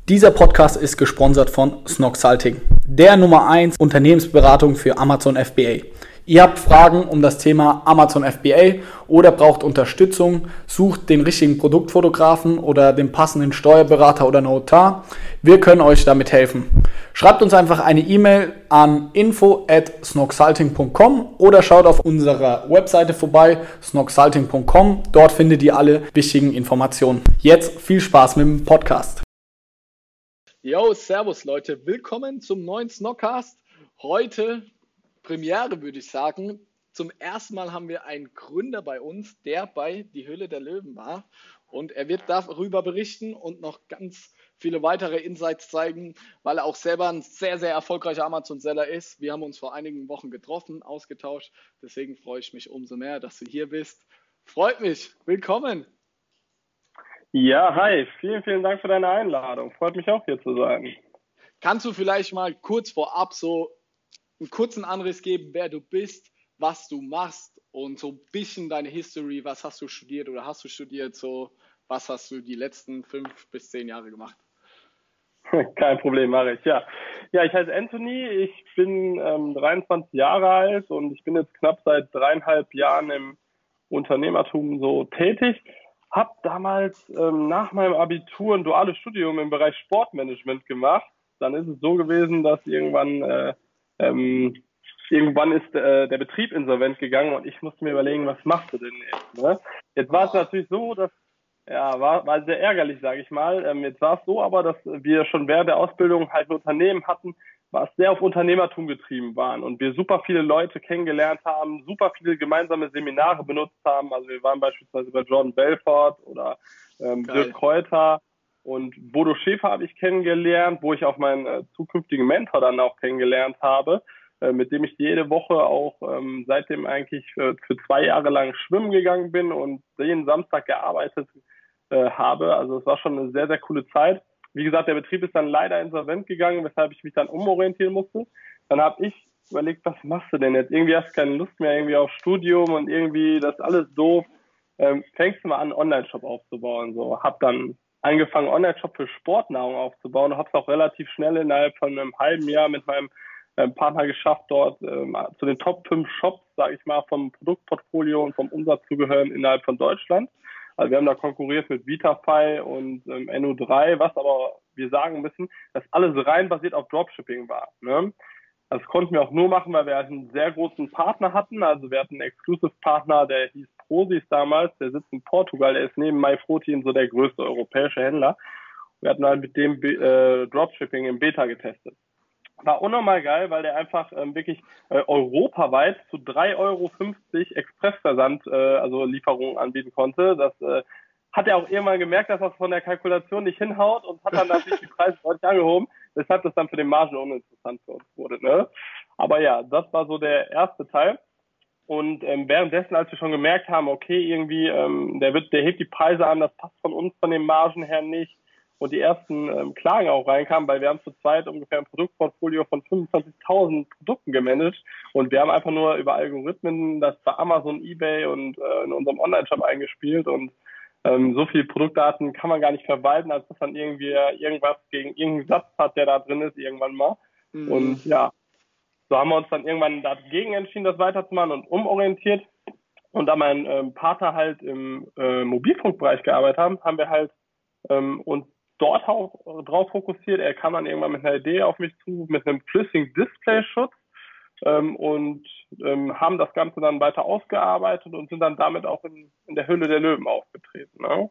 Dieser Podcast ist gesponsert von Snoxalting, der Nummer 1 Unternehmensberatung für Amazon FBA. Ihr habt Fragen um das Thema Amazon FBA oder braucht Unterstützung, sucht den richtigen Produktfotografen oder den passenden Steuerberater oder Notar. Wir können euch damit helfen. Schreibt uns einfach eine E-Mail an info@snoxalting.com oder schaut auf unserer Webseite vorbei, snoxalting.com. Dort findet ihr alle wichtigen Informationen. Jetzt viel Spaß mit dem Podcast. Yo, servus Leute, willkommen zum neuen Snockcast. Heute Premiere, würde ich sagen. Zum ersten Mal haben wir einen Gründer bei uns, der bei Die Höhle der Löwen war. Und er wird darüber berichten und noch ganz viele weitere Insights zeigen, weil er auch selber ein sehr, sehr erfolgreicher Amazon-Seller ist. Wir haben uns vor einigen Wochen getroffen, ausgetauscht. Deswegen freue ich mich umso mehr, dass du hier bist. Freut mich. Willkommen. Ja, hi. Vielen, vielen Dank für deine Einladung. Freut mich auch, hier zu sein. Kannst du vielleicht mal kurz vorab so einen kurzen Anriss geben, wer du bist, was du machst und so ein bisschen deine History, was hast du studiert oder hast du studiert, so was hast du die letzten 5 bis 10 Jahre gemacht? Kein Problem, mache ich. Ja, ich heiße Anthony, ich bin 23 Jahre alt und ich bin jetzt knapp seit 3,5 Jahren im Unternehmertum so tätig. Hab damals nach meinem Abitur ein duales Studium im Bereich Sportmanagement gemacht. Dann ist es so gewesen, dass irgendwann ist der Betrieb insolvent gegangen und ich musste mir überlegen, was machst du denn jetzt? Ne? Jetzt war es natürlich so, dass, war sehr ärgerlich, sage ich mal. Jetzt war es so aber, dass wir schon während der Ausbildung halt ein Unternehmen hatten, was sehr auf Unternehmertum getrieben waren und wir super viele Leute kennengelernt haben, super viele gemeinsame Seminare benutzt haben. Also wir waren beispielsweise bei Jordan Belfort oder Dirk Kräuter. Und Bodo Schäfer habe ich kennengelernt, wo ich auch meinen zukünftigen Mentor dann auch kennengelernt habe, mit dem ich jede Woche auch seitdem eigentlich für 2 Jahre lang schwimmen gegangen bin und jeden Samstag gearbeitet habe. Also es war schon eine sehr, sehr coole Zeit. Wie gesagt, der Betrieb ist dann leider insolvent gegangen, weshalb ich mich dann umorientieren musste. Dann habe ich überlegt, was machst du denn jetzt? Irgendwie hast du keine Lust mehr irgendwie auf Studium und irgendwie das ist alles doof. Fängst du mal an, einen Online-Shop aufzubauen. So, hab dann angefangen, Online-Shop für Sportnahrung aufzubauen und habe es auch relativ schnell innerhalb von einem halben Jahr mit meinem Partner geschafft, dort zu den Top 5 Shops, sage ich mal, vom Produktportfolio und vom Umsatz zu gehören innerhalb von Deutschland. Also wir haben da konkurriert mit Vitafy und NU3, was aber wir sagen müssen, dass alles rein basiert auf Dropshipping war. Ne? Das konnten wir auch nur machen, weil wir halt einen sehr großen Partner hatten. Also wir hatten einen Exclusive-Partner, der hieß Prozis damals, der sitzt in Portugal, der ist neben MyProtein so der größte europäische Händler. Wir hatten halt mit dem Dropshipping im Beta getestet. War unnormal geil, weil der einfach wirklich europaweit zu 3,50 € Expressversand, also Lieferungen anbieten konnte. Das hat er auch irgendwann gemerkt, dass das von der Kalkulation nicht hinhaut und hat dann natürlich die Preise deutlich angehoben, weshalb das dann für den Margen uninteressant für uns wurde. Ne? Aber ja, das war so der erste Teil. Und währenddessen, als wir schon gemerkt haben, okay, irgendwie, der hebt die Preise an, das passt von uns von den Margen her nicht. Und die ersten Klagen auch reinkamen, weil wir haben zu zweit ungefähr ein Produktportfolio von 25.000 Produkten gemanagt und wir haben einfach nur über Algorithmen das bei Amazon, eBay und in unserem Online-Shop eingespielt und so viele Produktdaten kann man gar nicht verwalten, als dass dann irgendwie irgendwas gegen irgendeinen Satz hat, der da drin ist, irgendwann mal. Mhm. Und ja, so haben wir uns dann irgendwann dagegen entschieden, das weiterzumachen und umorientiert. Und da mein Partner halt im Mobilfunkbereich gearbeitet haben wir halt uns dort auch drauf fokussiert. Er kam dann irgendwann mit einer Idee auf mich zu, mit einem flüssigen Displayschutz und haben das Ganze dann weiter ausgearbeitet und sind dann damit auch in der Höhle der Löwen aufgetreten. Ne?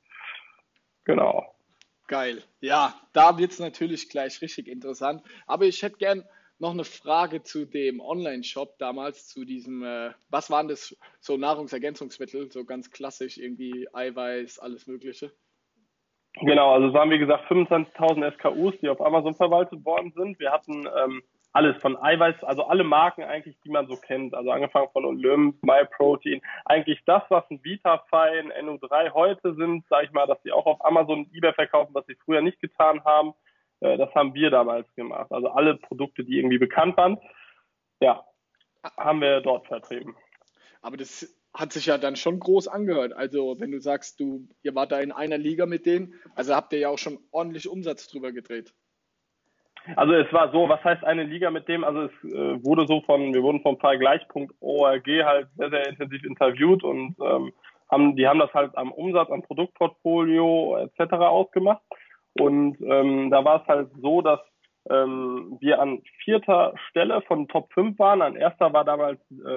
Genau. Geil. Ja, da wird es natürlich gleich richtig interessant. Aber ich hätte gern noch eine Frage zu dem Online-Shop damals, zu diesem, was waren das so Nahrungsergänzungsmittel, so ganz klassisch, irgendwie Eiweiß, alles Mögliche? Genau, also es waren wie gesagt 25.000 SKUs, die auf Amazon verwaltet worden sind. Wir hatten alles von Eiweiß, also alle Marken eigentlich, die man so kennt. Also angefangen von Olymp, MyProtein. Eigentlich das, was ein Vitafy, ein NU3 heute sind, sage ich mal, dass die auch auf Amazon und eBay verkaufen, was sie früher nicht getan haben. Das haben wir damals gemacht. Also alle Produkte, die irgendwie bekannt waren, ja, haben wir dort vertrieben. Aber das hat sich ja dann schon groß angehört. Also wenn du sagst, ihr wart da in einer Liga mit denen, also habt ihr ja auch schon ordentlich Umsatz drüber gedreht. Also es war so, was heißt eine Liga mit dem? Also es wurde so wir wurden vom Vergleich.org halt sehr, sehr intensiv interviewt und die haben das halt am Umsatz, am Produktportfolio etc. ausgemacht. Und da war es halt so, dass wir an 4. Stelle von Top 5 waren. An 1. war damals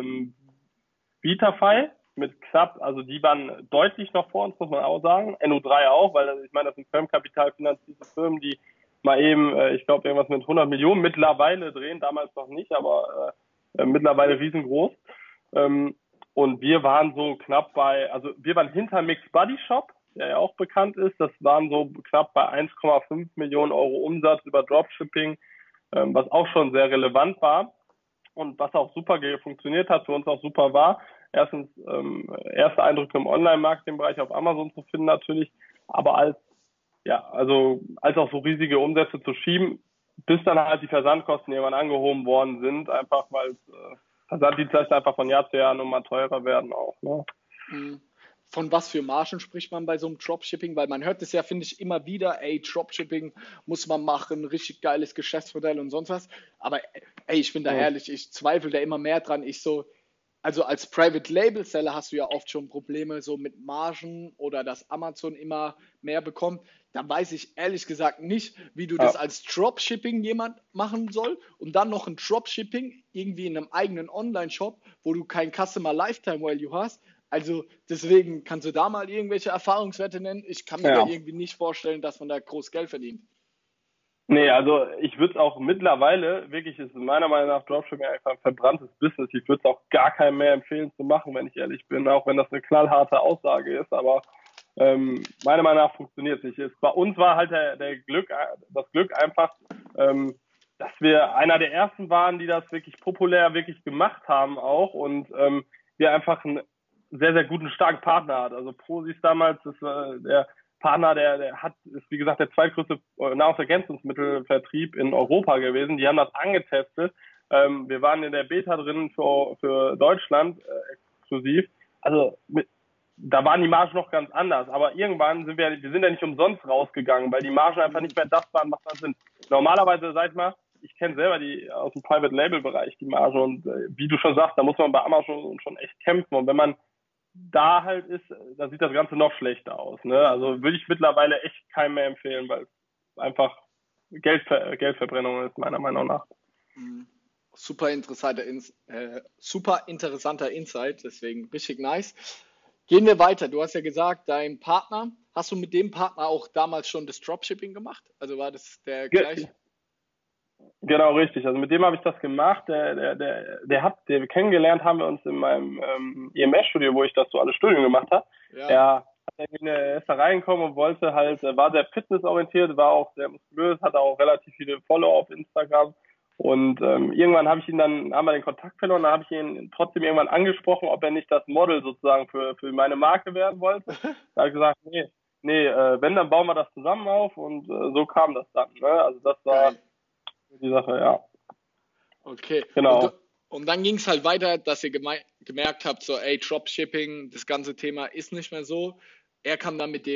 Vitafy mit knapp, also die waren deutlich noch vor uns, muss man auch sagen. NO3 auch, weil ich meine, das sind Firmenkapitalfinanzierte Firmen, die mal eben, ich glaube, irgendwas mit 100 Millionen mittlerweile drehen, damals noch nicht, aber mittlerweile riesengroß. Und wir waren so knapp also wir waren hinter Mixed Body Shop, der ja auch bekannt ist. Das waren so knapp bei 1,5 Millionen Euro Umsatz über Dropshipping, was auch schon sehr relevant war und was auch super funktioniert hat, für uns auch super war. Erstens, erste Eindrücke im Online-Marketing-Bereich auf Amazon zu finden natürlich, aber als auch so riesige Umsätze zu schieben, bis dann halt die Versandkosten irgendwann angehoben worden sind, einfach weil Versanddienstleister einfach von Jahr zu Jahr nur mal teurer werden auch. Ne? Von was für Margen spricht man bei so einem Dropshipping? Weil man hört es ja, finde ich, immer wieder, Dropshipping muss man machen, richtig geiles Geschäftsmodell und sonst was. Aber ich bin da ehrlich, ich zweifle da immer mehr dran. Also als Private Label Seller hast du ja oft schon Probleme so mit Margen oder dass Amazon immer mehr bekommt. Da weiß ich ehrlich gesagt nicht, wie du das als Dropshipping jemand machen soll und dann noch ein Dropshipping irgendwie in einem eigenen Online-Shop, wo du kein Customer Lifetime Value hast. Also deswegen kannst du da mal irgendwelche Erfahrungswerte nennen. Ich kann mir da irgendwie nicht vorstellen, dass man da groß Geld verdient. Nee, also ich würde es auch mittlerweile, wirklich ist meiner Meinung nach Dropshipping einfach ein verbranntes Business. Ich würde es auch gar keinem mehr empfehlen zu machen, wenn ich ehrlich bin, auch wenn das eine knallharte Aussage ist, aber meiner Meinung nach funktioniert es nicht. Bei uns war halt das Glück einfach, dass wir einer der ersten waren, die das wirklich populär wirklich gemacht haben auch und wir einfach einen sehr, sehr guten, starken Partner hat. Also Prozis damals, der Partner, ist wie gesagt der zweitgrößte Nahrungsergänzungsmittelvertrieb in Europa gewesen. Die haben das angetestet. Wir waren in der Beta drin für Deutschland exklusiv. Also da waren die Margen noch ganz anders. Aber irgendwann sind wir ja nicht umsonst rausgegangen, weil die Margen einfach nicht mehr das waren, was das sind. Normalerweise, sag mal, ich kenne selber die aus dem Private Label Bereich die Margen und wie du schon sagst, da muss man bei Amazon schon echt kämpfen. Und wenn man da halt ist, da sieht das Ganze noch schlechter aus. Ne? Also würde ich mittlerweile echt keinem mehr empfehlen, weil es einfach Geldverbrennung ist, meiner Meinung nach. Super interessanter Insight, deswegen richtig nice. Gehen wir weiter. Du hast ja gesagt, dein Partner, hast du mit dem Partner auch damals schon das Dropshipping gemacht? Also war das der gleiche? Genau, richtig. Also mit dem habe ich das gemacht. Der kennengelernt haben wir uns in meinem EMS-Studio, wo ich das so alles Studium gemacht habe. Ja. Er ist da reingekommen und war sehr fitnessorientiert, war auch sehr muskulös, hatte auch relativ viele Follower auf Instagram. Und irgendwann haben wir den Kontakt verloren, dann habe ich ihn trotzdem irgendwann angesprochen, ob er nicht das Model sozusagen für meine Marke werden wollte. Da habe ich gesagt, nee, wenn, dann bauen wir das zusammen auf und so kam das dann. Ne? Also das war die Sache, ja. Okay. Genau. Und dann ging es halt weiter, dass ihr gemerkt habt, so, Dropshipping, das ganze Thema ist nicht mehr so. Er kam dann mit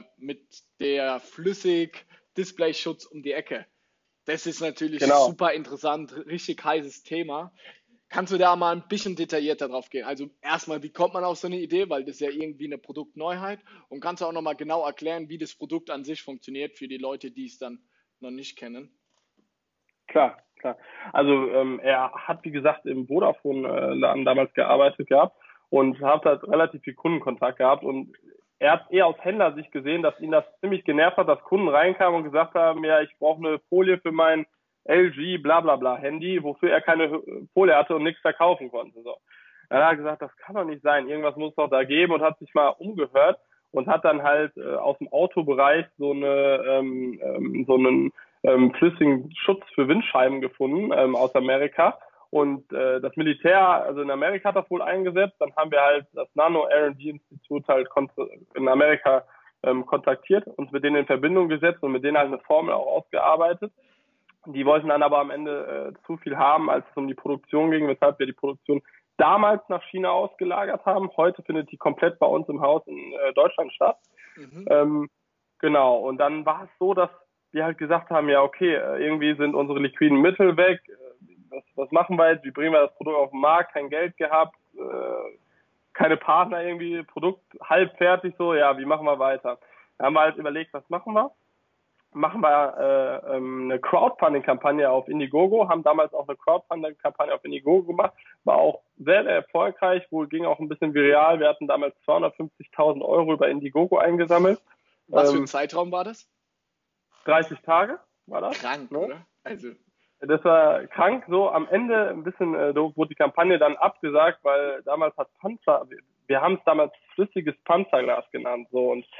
der Flüssig-Display-Schutz um die Ecke. Das ist natürlich super interessant, richtig heißes Thema. Kannst du da mal ein bisschen detaillierter drauf gehen? Also erstmal, wie kommt man auf so eine Idee, weil das ist ja irgendwie eine Produktneuheit, und kannst du auch nochmal genau erklären, wie das Produkt an sich funktioniert für die Leute, die es dann noch nicht kennen? Klar. Also er hat, wie gesagt, im Vodafone-Laden damals gearbeitet gehabt und hat halt relativ viel Kundenkontakt gehabt, und er hat eher aus Händlersicht gesehen, dass ihn das ziemlich genervt hat, dass Kunden reinkamen und gesagt haben, ja, ich brauche eine Folie für mein LG bla bla bla Handy, wofür er keine Folie hatte und nichts verkaufen konnte. So. Dann hat er gesagt, das kann doch nicht sein, irgendwas muss es doch da geben, und hat sich mal umgehört und hat dann halt aus dem Autobereich so einen flüssigen Schutz für Windscheiben gefunden aus Amerika. Und das Militär, also in Amerika hat das wohl eingesetzt. Dann haben wir halt das Nano R&D Institut halt in Amerika kontaktiert, uns mit denen in Verbindung gesetzt und mit denen halt eine Formel auch ausgearbeitet. Die wollten dann aber am Ende zu viel haben, als es um die Produktion ging, weshalb wir die Produktion damals nach China ausgelagert haben. Heute findet die komplett bei uns im Haus in Deutschland statt. Genau, und dann war es so, dass wir halt gesagt haben, ja okay, irgendwie sind unsere liquiden Mittel weg, was machen wir jetzt, wie bringen wir das Produkt auf den Markt, kein Geld gehabt, keine Partner irgendwie, Produkt halb fertig so, ja, wie machen wir weiter? Da haben wir halt überlegt, was machen wir? Machen wir eine Crowdfunding-Kampagne auf Indiegogo, haben damals auch eine Crowdfunding-Kampagne auf Indiegogo gemacht, war auch sehr, sehr erfolgreich, wohl ging auch ein bisschen viral, wir hatten damals 250.000 Euro über Indiegogo eingesammelt. Was für ein Zeitraum war das? 30 Tage war das. Krank, ne? Oder? Also. Das war krank, so am Ende ein bisschen doof, wurde die Kampagne dann abgesagt, weil damals hat wir haben es damals flüssiges Panzerglas genannt, so, und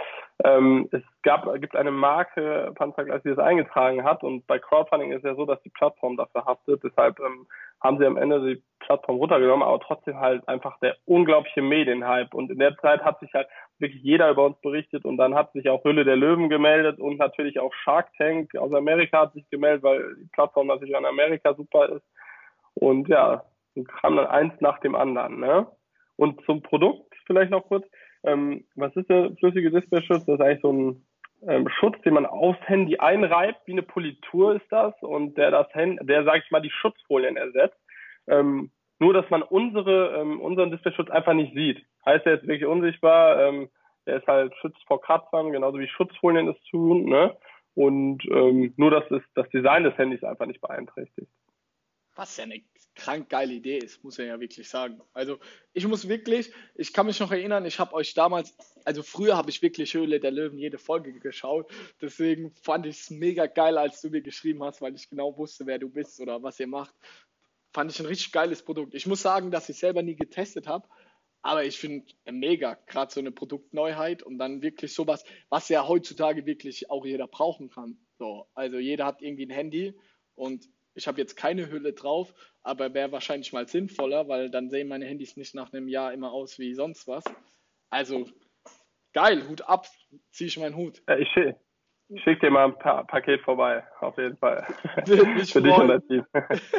gibt eine Marke Panzerglas, die das eingetragen hat, und bei Crowdfunding ist ja so, dass die Plattform dafür haftet, deshalb haben sie am Ende die Plattform runtergenommen, aber trotzdem halt einfach der unglaubliche Medienhype, und in der Zeit hat sich halt wirklich jeder über uns berichtet, und dann hat sich auch Höhle der Löwen gemeldet und natürlich auch Shark Tank aus Amerika hat sich gemeldet, weil die Plattform natürlich in Amerika super ist, und ja, so kam dann eins nach dem anderen, ne? Und zum Produkt vielleicht noch kurz, was ist der flüssige Displayschutz? Das ist eigentlich so ein Schutz, den man aufs Handy einreibt, wie eine Politur ist das, und der sag ich mal, die Schutzfolien ersetzt. Nur, dass man unseren Displayschutz einfach nicht sieht. Heißt, der ist wirklich unsichtbar, der ist halt schützt vor Kratzern, genauso wie Schutzfolien es tun, ne? Und nur, dass es das Design des Handys einfach nicht beeinträchtigt. Was ja eine krank geile Idee ist, muss man ja wirklich sagen. Also ich kann mich noch erinnern, ich habe euch damals, also früher habe ich wirklich Höhle der Löwen jede Folge geschaut, deswegen fand ich es mega geil, als du mir geschrieben hast, weil ich genau wusste, wer du bist oder was ihr macht. Fand ich ein richtig geiles Produkt. Ich muss sagen, dass ich selber nie getestet habe, aber ich finde mega, gerade so eine Produktneuheit und dann wirklich sowas, was ja heutzutage wirklich auch jeder brauchen kann. So, also jeder hat irgendwie ein Handy und ich habe jetzt keine Hülle drauf, aber wäre wahrscheinlich mal sinnvoller, weil dann sehen meine Handys nicht nach einem Jahr immer aus wie sonst was. Also geil, Hut ab, ziehe ich meinen Hut. Ja, ich schick dir mal ein Paket vorbei, auf jeden Fall. Mich für dich und dein Team.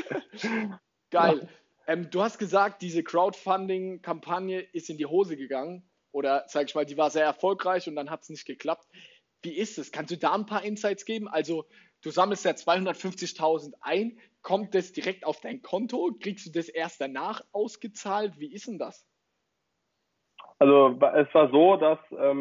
Geil. Du hast gesagt, diese Crowdfunding-Kampagne ist in die Hose gegangen oder sag ich mal, die war sehr erfolgreich und dann hat es nicht geklappt. Wie ist es? Kannst du da ein paar Insights geben? Also du sammelst ja 250.000 ein, kommt das direkt auf dein Konto? Kriegst du das erst danach ausgezahlt? Wie ist denn das? Also es war so, dass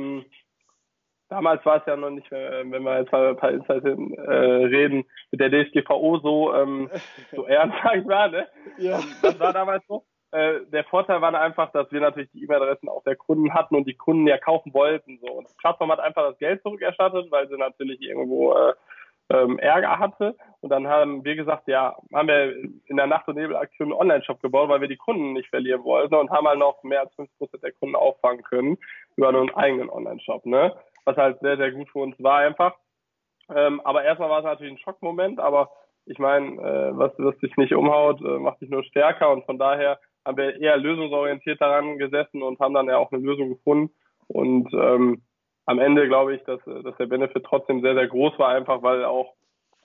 damals war es ja noch nicht, wenn wir jetzt mal ein paar Insights reden, mit der DSGVO so ernst, sag ich mal, ne? Ja. Das war damals so. Der Vorteil war einfach, dass wir natürlich die E-Mail-Adressen auch der Kunden hatten und die Kunden ja kaufen wollten. So. Und die Plattform hat einfach das Geld zurückerstattet, weil sie natürlich irgendwo Ärger hatte. Und dann haben wir gesagt, ja, haben wir in der Nacht- und Nebel-Aktion einen Online-Shop gebaut, weil wir die Kunden nicht verlieren wollten und haben halt noch mehr als 5% der Kunden auffangen können über einen eigenen Online-Shop, ne? Was halt sehr, sehr gut für uns war einfach. Aber erstmal war es natürlich ein Schockmoment, aber ich meine, was dich nicht umhaut, macht dich nur stärker, und von daher haben wir eher lösungsorientiert daran gesessen und haben dann ja auch eine Lösung gefunden. Und am Ende glaube ich, dass der Benefit trotzdem sehr, sehr groß war, einfach weil auch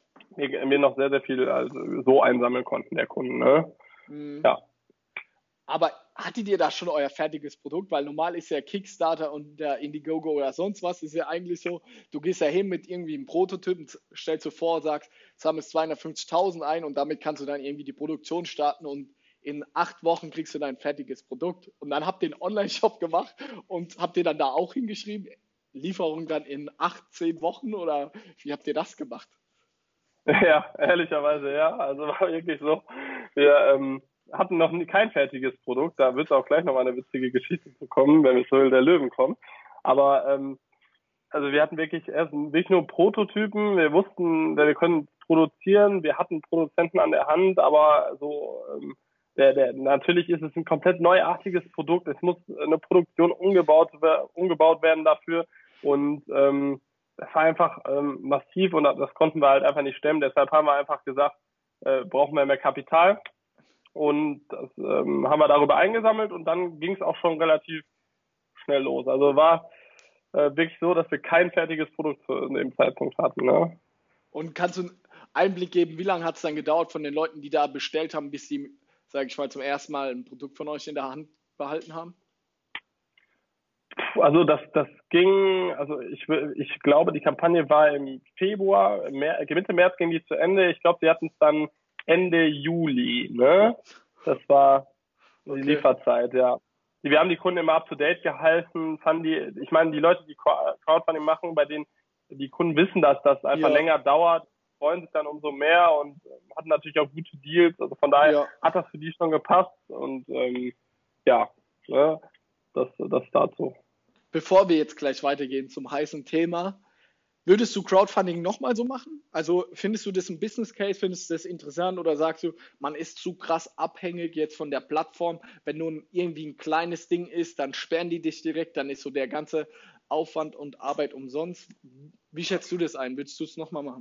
wir noch sehr, sehr viel so einsammeln konnten, der Kunden. Ne? Mhm. Ja. Aber hattet ihr da schon euer fertiges Produkt? Weil normal ist ja Kickstarter und der Indiegogo oder sonst was, ist ja eigentlich so, du gehst ja hin mit irgendwie einem Prototypen, stellst dir vor, sagst, sammelst 250.000 ein und damit kannst du dann irgendwie die Produktion starten und in 8 Wochen kriegst du dein fertiges Produkt. Und dann habt ihr einen Online-Shop gemacht und habt ihr dann da auch hingeschrieben, Lieferung dann in 18 Wochen oder wie habt ihr das gemacht? Ja, ehrlicherweise ja. Also war wirklich so. Wir hatten noch kein fertiges Produkt. Da wird auch gleich nochmal eine witzige Geschichte zu kommen, wenn wir zu Höhle der Löwen kommen. Aber also wir hatten wirklich nur Prototypen. Wir wussten, wir können produzieren. Wir hatten Produzenten an der Hand, aber so natürlich ist es ein komplett neuartiges Produkt. Es muss eine Produktion umgebaut werden dafür. Und das war einfach massiv und das konnten wir halt einfach nicht stemmen. Deshalb haben wir einfach gesagt, brauchen wir mehr Kapital. Und das haben wir darüber eingesammelt und dann ging es auch schon relativ schnell los. Also war wirklich so, dass wir kein fertiges Produkt zu dem Zeitpunkt hatten. Ne? Und kannst du einen Einblick geben, wie lange hat es dann gedauert von den Leuten, die da bestellt haben, bis sie sage ich mal, zum ersten Mal ein Produkt von euch in der Hand behalten haben? Also das ging, also ich glaube, die Kampagne war im Februar, Mitte März ging die zu Ende. Ich glaube, sie hatten es dann Ende Juli, ne? Das war die Okay. Lieferzeit, ja. Wir haben die Kunden immer up to date gehalten, ich meine, die Leute, die Crowdfunding machen, bei denen die Kunden wissen, dass das einfach länger dauert, freuen sich dann umso mehr und hatten natürlich auch gute Deals. Also von daher hat das für die schon gepasst und ja, ne? Das dazu. Bevor wir jetzt gleich weitergehen zum heißen Thema, würdest du Crowdfunding nochmal so machen? Also findest du das ein Business Case, findest du das interessant oder sagst du, man ist zu krass abhängig jetzt von der Plattform, wenn nun irgendwie ein kleines Ding ist, dann sperren die dich direkt, dann ist so der ganze Aufwand und Arbeit umsonst. Wie schätzt du das ein? Würdest du es nochmal machen?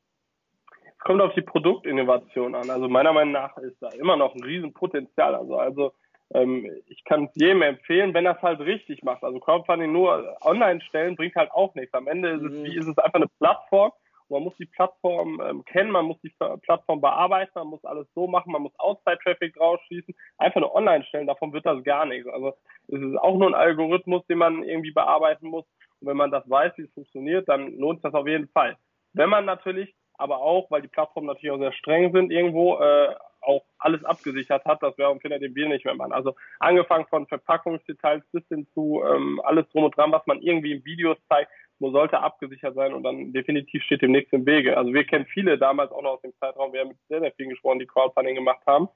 Es kommt auf die Produktinnovation an. Also meiner Meinung nach ist da immer noch ein Riesenpotenzial. Also ich kann es jedem empfehlen, wenn er es halt richtig macht. Also Crowdfunding nur online stellen bringt halt auch nichts. Am Ende ist es einfach eine Plattform. Und man muss die Plattform kennen, man muss die Plattform bearbeiten, man muss alles so machen, man muss Outside-Traffic draufschießen. Einfach nur online stellen, davon wird das gar nichts. Also es ist auch nur ein Algorithmus, den man irgendwie bearbeiten muss. Und wenn man das weiß, wie es funktioniert, dann lohnt es das auf jeden Fall. Wenn man natürlich aber auch, weil die Plattformen natürlich auch sehr streng sind, irgendwo auch alles abgesichert hat, das wäre und findet wir nicht mehr machen. Also angefangen von Verpackungsdetails bis hin zu alles drum und dran, was man irgendwie in Videos zeigt, sollte abgesichert sein und dann definitiv steht dem nichts im Wege. Also wir kennen viele damals auch noch aus dem Zeitraum, wir haben mit sehr, sehr vielen gesprochen, die Crowdfunding gemacht haben.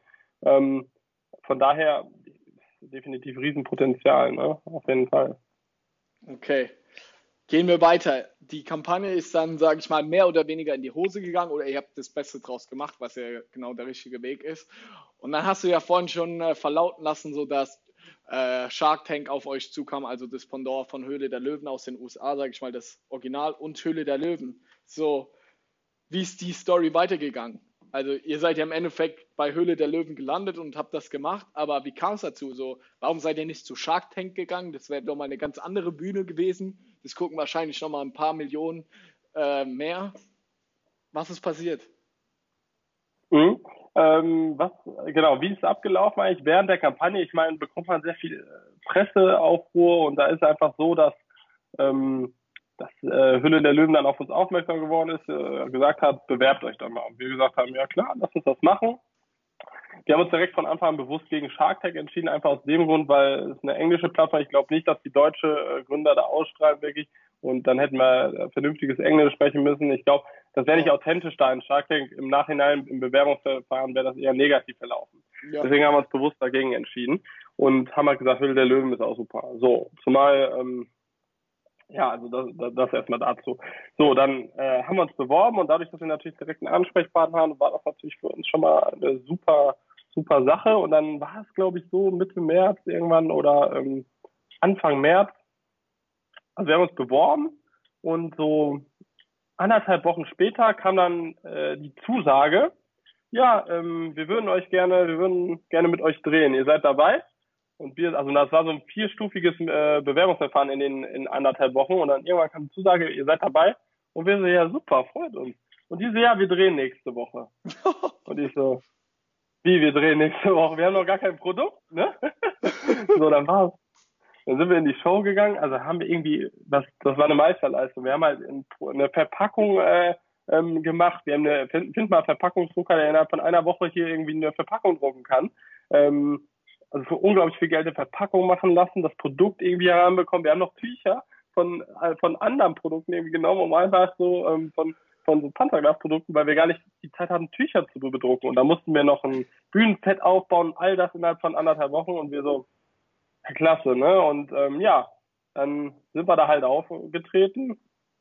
Von daher definitiv Riesenpotenzial, ne? Auf jeden Fall. Okay. Gehen wir weiter. Die Kampagne ist dann, sage ich mal, mehr oder weniger in die Hose gegangen oder ihr habt das Beste draus gemacht, was ja genau der richtige Weg ist. Und dann hast du ja vorhin schon verlauten lassen, so dass Shark Tank auf euch zukam, also das Pendant von Höhle der Löwen aus den USA, sage ich mal, das Original und Höhle der Löwen. So, wie ist die Story weitergegangen? Also ihr seid ja im Endeffekt bei Höhle der Löwen gelandet und habt das gemacht, aber wie kam es dazu? So, warum seid ihr nicht zu Shark Tank gegangen? Das wäre doch mal eine ganz andere Bühne gewesen. Das gucken wahrscheinlich noch mal ein paar Millionen mehr. Was ist passiert? Wie ist es abgelaufen eigentlich während der Kampagne? Ich meine, bekommt man sehr viel Presseaufruhr und da ist einfach so, dass Hülle der Löwen dann auf uns aufmerksam geworden ist, gesagt hat, bewerbt euch dann mal. Und wir gesagt haben, ja klar, lass uns das machen. Wir haben uns direkt von Anfang an bewusst gegen Shark Tank entschieden, einfach aus dem Grund, weil es eine englische Plattform ist. Ich glaube nicht, dass die deutsche Gründer da ausstrahlen wirklich und dann hätten wir vernünftiges Englisch sprechen müssen. Ich glaube, das wäre nicht authentisch da in Shark Tank. Im Nachhinein, im Bewerbungsverfahren wäre das eher negativ verlaufen. Ja. Deswegen haben wir uns bewusst dagegen entschieden und haben halt gesagt, Hülle der Löwen ist auch super. So, zumal also das erstmal dazu. So, dann haben wir uns beworben und dadurch, dass wir natürlich direkt einen Ansprechpartner haben, war das natürlich für uns schon mal eine super Sache. Und dann war es, glaube ich, so Mitte März irgendwann oder Anfang März. Also wir haben uns beworben und so 1,5 Wochen später kam dann die Zusage, ja, wir würden gerne mit euch drehen. Ihr seid dabei? Und das war so ein 4-stufiges Bewerbungsverfahren in 1,5 Wochen. Und dann irgendwann kam die Zusage, ihr seid dabei. Und wir so, ja super, freut uns. Und die so, ja, wir drehen nächste Woche. Und ich so, wie, wir drehen nächste Woche? Wir haben noch gar kein Produkt, ne? So, dann war's. Dann sind wir in die Show gegangen. Also haben wir irgendwie, das war eine Meisterleistung. Wir haben halt eine Verpackung gemacht. Wir haben find mal einen Verpackungsdrucker, der innerhalb von einer Woche hier irgendwie eine Verpackung drucken kann. Also für unglaublich viel Geld eine Verpackung machen lassen, das Produkt irgendwie heranbekommen. Wir haben noch Tücher von anderen Produkten irgendwie genommen, um einfach so von so Pantherglas-Produkten, weil wir gar nicht die Zeit hatten, Tücher zu bedrucken. Und da mussten wir noch ein Bühnenset aufbauen, all das innerhalb von 1,5 Wochen und wir so, ja, klasse, ne? Und dann sind wir da halt aufgetreten.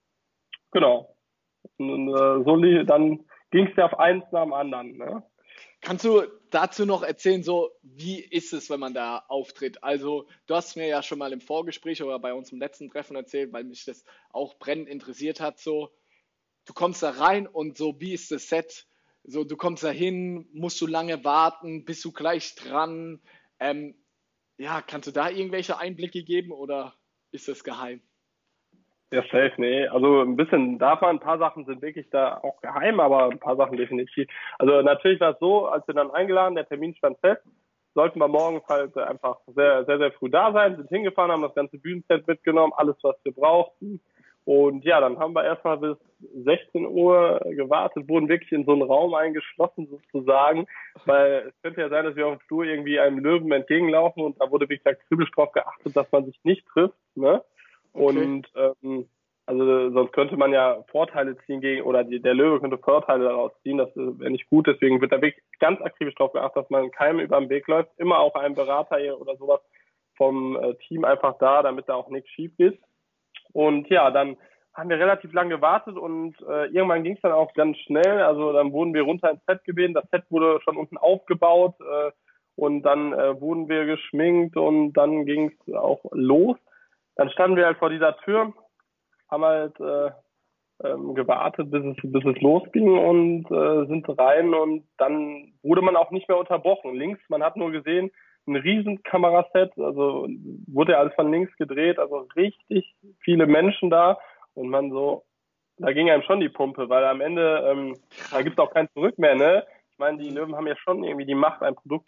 Genau. Und dann ging es ja auf eins nach dem anderen, ne? Kannst du dazu noch erzählen, so wie ist es, wenn man da auftritt? Also du hast mir ja schon mal im Vorgespräch oder bei uns im letzten Treffen erzählt, weil mich das auch brennend interessiert hat, so du kommst da rein und so, wie ist das Set? So, du kommst da hin, musst du lange warten, bist du gleich dran? Kannst du da irgendwelche Einblicke geben oder ist das geheim? Ja, safe, nee. Also ein bisschen darf man, ein paar Sachen sind wirklich da auch geheim, aber ein paar Sachen definitiv. Also natürlich war es so, als wir dann eingeladen, der Termin stand fest, sollten wir morgens halt einfach sehr, sehr, sehr früh da sein, sind hingefahren, haben das ganze Bühnenset mitgenommen, alles, was wir brauchten. Und ja, dann haben wir erstmal bis 16 Uhr gewartet, wurden wirklich in so einen Raum eingeschlossen sozusagen, weil es könnte ja sein, dass wir auf dem Flur irgendwie einem Löwen entgegenlaufen und da wurde, wie gesagt, kritisch drauf geachtet, dass man sich nicht trifft, ne? Okay. Und also sonst könnte man ja Vorteile ziehen gegen, oder der Löwe könnte Vorteile daraus ziehen, das wäre nicht gut. Deswegen wird da wirklich ganz akribisch darauf geachtet, dass man keinem über den Weg läuft. Immer auch einen Berater hier oder sowas vom Team einfach da, damit da auch nichts schief geht. Und ja, dann haben wir relativ lange gewartet und irgendwann ging es dann auch ganz schnell. Also dann wurden wir runter ins Set gebeten. Das Set wurde schon unten aufgebaut und dann wurden wir geschminkt und dann ging es auch los. Dann standen wir halt vor dieser Tür, haben halt gewartet, bis es losging und sind rein und dann wurde man auch nicht mehr unterbrochen. Links, man hat nur gesehen, ein riesen Kameraset, also wurde ja alles von links gedreht, also richtig viele Menschen da und man so, da ging einem schon die Pumpe, weil am Ende, da gibt es auch kein Zurück mehr, ne? Ich meine, die Löwen haben ja schon irgendwie die Macht, ein Produkt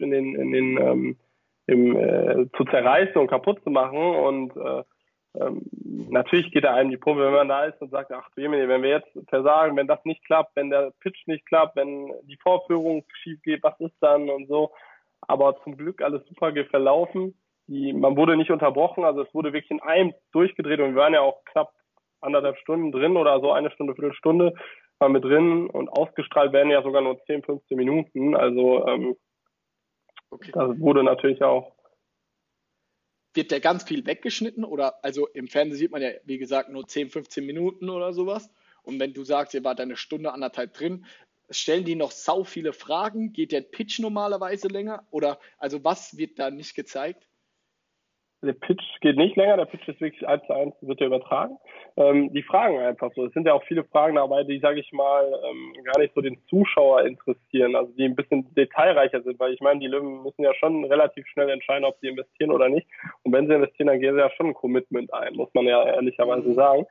zu zerreißen und kaputt zu machen und natürlich geht da einem die Pumpe, wenn man da ist und sagt, ach du Jemine, wenn wir jetzt versagen, wenn das nicht klappt, wenn der Pitch nicht klappt, wenn die Vorführung schief geht, was ist dann und so. Aber zum Glück alles super verlaufen. Man wurde nicht unterbrochen, also es wurde wirklich in einem durchgedreht und wir waren ja auch knapp 1,5 Stunden drin oder so, 1 Stunde, Viertelstunde waren wir drin und ausgestrahlt werden ja sogar nur 10, 15 Minuten. Also Okay. das wurde natürlich auch. Wird der ganz viel weggeschnitten oder, also im Fernsehen sieht man ja, wie gesagt, nur 10, 15 Minuten oder sowas. Und wenn du sagst, ihr wart eine Stunde, anderthalb drin, stellen die noch sau viele Fragen? Geht der Pitch normalerweise länger? Oder, also was wird da nicht gezeigt? Der Pitch geht nicht länger, der Pitch ist wirklich 1:1, wird ja übertragen. Die Fragen einfach so. Es sind ja auch viele Fragen dabei, die, sage ich mal, gar nicht so den Zuschauer interessieren, also die ein bisschen detailreicher sind, weil ich meine, die Löwen müssen ja schon relativ schnell entscheiden, ob sie investieren oder nicht. Und wenn sie investieren, dann gehen sie ja schon ein Commitment ein, muss man ja ehrlicherweise sagen.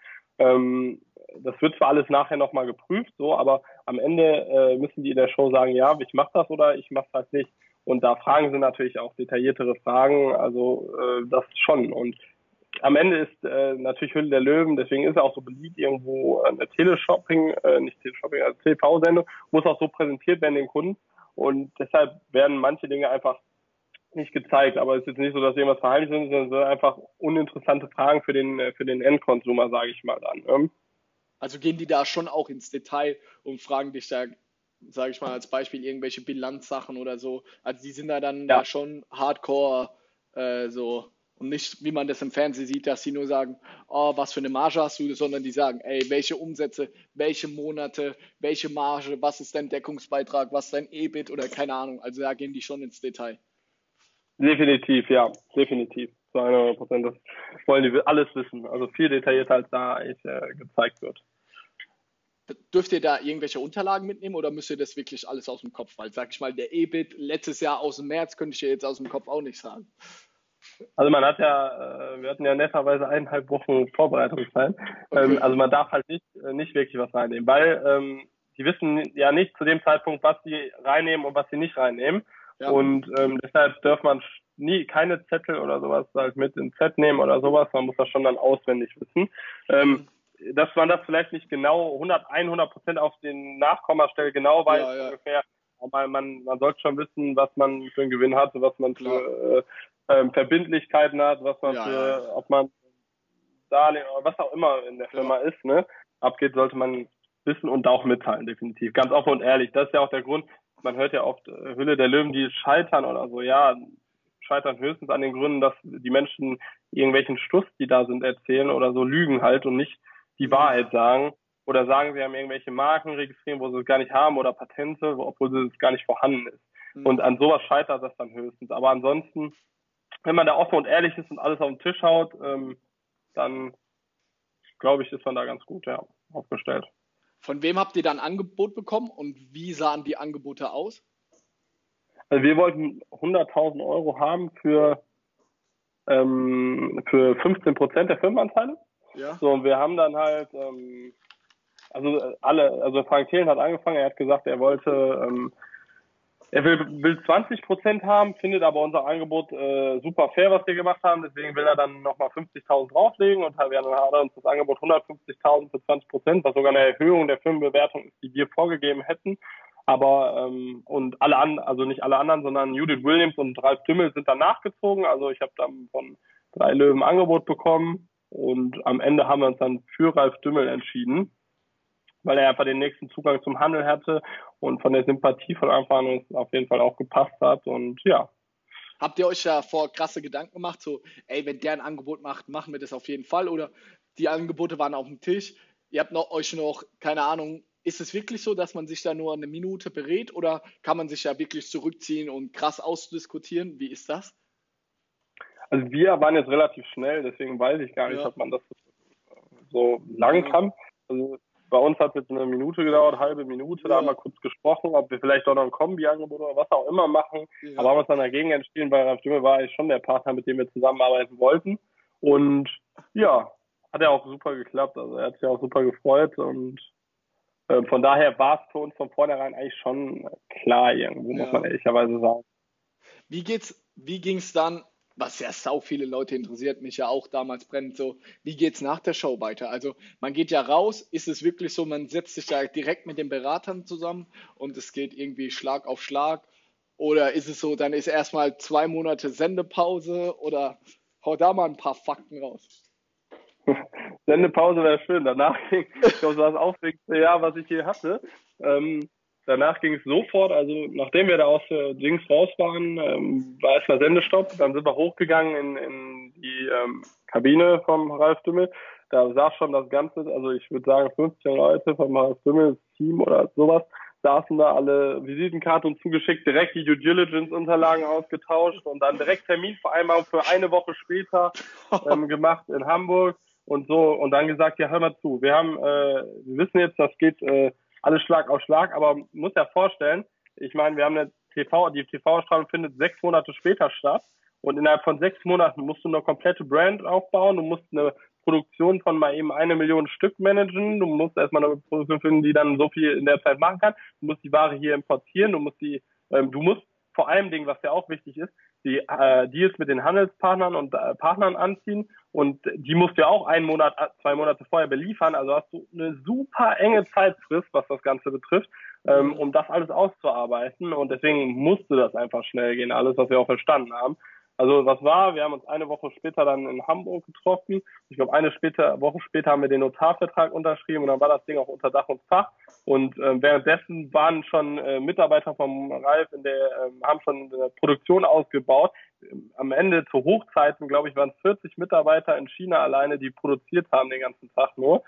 Das wird zwar alles nachher nochmal geprüft, so, aber am Ende müssen die in der Show sagen, ja, ich mache das oder ich mache das halt nicht. Und da fragen sie natürlich auch detailliertere Fragen, also das schon. Und am Ende ist natürlich Höhle der Löwen, deswegen ist er auch so beliebt, irgendwo eine nicht Teleshopping, also TV-Sendung, muss auch so präsentiert werden den Kunden. Und deshalb werden manche Dinge einfach nicht gezeigt. Aber es ist jetzt nicht so, dass irgendwas verheimlicht ist, sondern es sind einfach uninteressante Fragen für den Endkonsumer, sage ich mal dann. Also gehen die da schon auch ins Detail und fragen dich da, sage ich mal als Beispiel, irgendwelche Bilanzsachen oder so. Also die sind da schon hardcore so und nicht, wie man das im Fernsehen sieht, dass sie nur sagen, oh, was für eine Marge hast du, sondern die sagen, ey, welche Umsätze, welche Monate, welche Marge, was ist dein Deckungsbeitrag, was ist dein EBIT oder keine Ahnung. Also da gehen die schon ins Detail. Definitiv, ja, definitiv. Zu 100%. Das wollen die alles wissen. Also viel detaillierter als da eigentlich gezeigt wird. Dürft ihr da irgendwelche Unterlagen mitnehmen oder müsst ihr das wirklich alles aus dem Kopf? Weil, sag ich mal, der EBIT letztes Jahr aus dem März könnte ich ja jetzt aus dem Kopf auch nicht sagen. Also man hat ja, wir hatten ja netterweise 1,5 Wochen Vorbereitungszeit. Okay. Also man darf halt nicht wirklich was reinnehmen, weil die wissen ja nicht zu dem Zeitpunkt, was sie reinnehmen und was sie nicht reinnehmen. Ja. Und deshalb darf man keine Zettel oder sowas halt mit ins Set nehmen oder sowas. Man muss das schon dann auswendig wissen. Dass man das vielleicht nicht genau 100% auf den Nachkommastelle genau weiß ungefähr. Aber man sollte schon wissen, was man für einen Gewinn hat, was man für Verbindlichkeiten hat, was man ob man Darlehen oder was auch immer in der Firma ist, ne, abgeht, sollte man wissen und auch mitteilen, definitiv. Ganz offen und ehrlich. Das ist ja auch der Grund, man hört ja oft Hülle der Löwen, die scheitern oder so, scheitern höchstens an den Gründen, dass die Menschen irgendwelchen Stuss, die da sind, erzählen oder so lügen halt und nicht die Wahrheit sagen oder sagen, sie haben irgendwelche Marken registriert, wo sie es gar nicht haben oder Patente, obwohl es gar nicht vorhanden ist. Und an sowas scheitert das dann höchstens. Aber ansonsten, wenn man da offen und ehrlich ist und alles auf den Tisch haut, dann glaube ich, ist man da ganz gut aufgestellt. Von wem habt ihr dann ein Angebot bekommen und wie sahen die Angebote aus? Also wir wollten 100.000 Euro haben für 15% der Firmenanteile. Ja. So, und wir haben dann halt, also Frank Thelen hat angefangen, er hat gesagt, er will 20% haben, findet aber unser Angebot super fair, was wir gemacht haben. Deswegen will er dann nochmal 50.000 drauflegen und dann hat er uns das Angebot 150.000 für 20%, was sogar eine Erhöhung der Firmenbewertung ist, die wir vorgegeben hätten. Aber und alle anderen, also nicht alle anderen, sondern Judith Williams und Ralf Dümmel sind dann nachgezogen. Also ich habe dann von 3 Löwen ein Angebot bekommen und am Ende haben wir uns dann für Ralf Dümmel entschieden, weil er einfach den nächsten Zugang zum Handel hatte und von der Sympathie von Anfang an uns auf jeden Fall auch gepasst hat. Und ja. Habt ihr euch ja vor krasse Gedanken gemacht, so, ey, wenn der ein Angebot macht, machen wir das auf jeden Fall? Oder die Angebote waren auf dem Tisch, ihr habt euch noch, keine Ahnung, ist es wirklich so, dass man sich da nur eine Minute berät oder kann man sich ja wirklich zurückziehen und krass ausdiskutieren? Wie ist das? Also wir waren jetzt relativ schnell, deswegen weiß ich gar nicht, ob man das so lang kann. Also bei uns hat es jetzt eine Minute gedauert, halbe Minute, da haben wir kurz gesprochen, ob wir vielleicht auch noch ein Kombi-Angebot oder was auch immer machen. Aber haben uns dann dagegen entschieden, weil Ralf Dümmel war eigentlich schon der Partner, mit dem wir zusammenarbeiten wollten. Und ja, hat ja auch super geklappt. Also er hat sich auch super gefreut und von daher war es für uns von vornherein eigentlich schon klar irgendwo, muss man ehrlicherweise sagen. Wie ging es dann, was ja sau viele Leute interessiert, mich ja auch damals brennend so, wie geht's nach der Show weiter? Also man geht ja raus, ist es wirklich so, man setzt sich da direkt mit den Beratern zusammen und es geht irgendwie Schlag auf Schlag? Oder ist es so, dann ist erstmal 2 Monate Sendepause oder hau da mal ein paar Fakten raus? Sendepause wäre schön. Danach ging, ich glaube, das war das aufregendste Jahr, was ich je hatte. Danach ging es sofort, also nachdem wir da aus der Dings raus waren, war erstmal Sendestopp. Dann sind wir hochgegangen in die Kabine vom Ralf Dümmel. Da saß schon das Ganze, also ich würde sagen 15 Leute vom Ralf Dümmel Team oder sowas, saßen da alle Visitenkarte und zugeschickt, direkt die Due Diligence-Unterlagen ausgetauscht und dann direkt Terminvereinbarung für eine Woche später gemacht in Hamburg. Und so, und dann gesagt, ja, hör mal zu, wir wissen jetzt, das geht alles Schlag auf Schlag, aber man muss ja vorstellen, ich meine, wir haben die TV-Ausstrahlung findet 6 Monate später statt und innerhalb von 6 Monaten musst du eine komplette Brand aufbauen, du musst eine Produktion von mal eben 1 Million Stück managen, du musst erstmal eine Produktion finden, die dann so viel in der Zeit machen kann, du musst die Ware hier importieren, du musst vor allem Dingen, was ja auch wichtig ist, die Deals mit den Handelspartnern und Partnern anziehen und die musst du ja auch 1 Monat, 2 Monate vorher beliefern, also hast du eine super enge Zeitfrist, was das Ganze betrifft, um das alles auszuarbeiten und deswegen musste das einfach schnell gehen, alles, was wir auch verstanden haben. Also was war, wir haben uns eine Woche später dann in Hamburg getroffen. Ich glaube, Woche später haben wir den Notarvertrag unterschrieben und dann war das Ding auch unter Dach und Fach. Und währenddessen waren schon Mitarbeiter vom Ralf haben schon eine Produktion ausgebaut. Am Ende zu Hochzeiten, glaube ich, waren es 40 Mitarbeiter in China alleine, die produziert haben den ganzen Tag nur,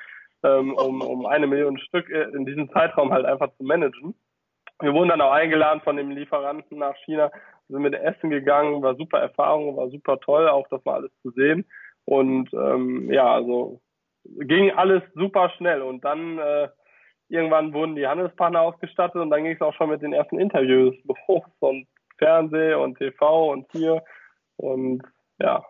um 1 Million Stück in diesem Zeitraum halt einfach zu managen. Wir wurden dann auch eingeladen von dem Lieferanten nach China, sind mit Essen gegangen, war super Erfahrung, war super toll, auch das mal alles zu sehen. Und also ging alles super schnell. Und dann irgendwann wurden die Handelspartner ausgestattet und dann ging es auch schon mit den ersten Interviews los und Fernseh und TV und hier und ja.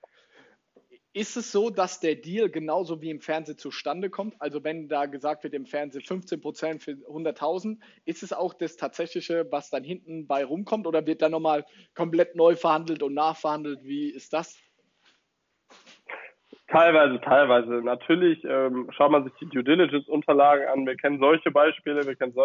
Ist es so, dass der Deal genauso wie im Fernsehen zustande kommt? Also wenn da gesagt wird im Fernsehen 15% für 100.000, ist es auch das Tatsächliche, was dann hinten bei rumkommt oder wird dann nochmal komplett neu verhandelt und nachverhandelt? Wie ist das? Teilweise. Natürlich schaut man sich die Due Diligence-Unterlagen an. Wir kennen solche Beispiele.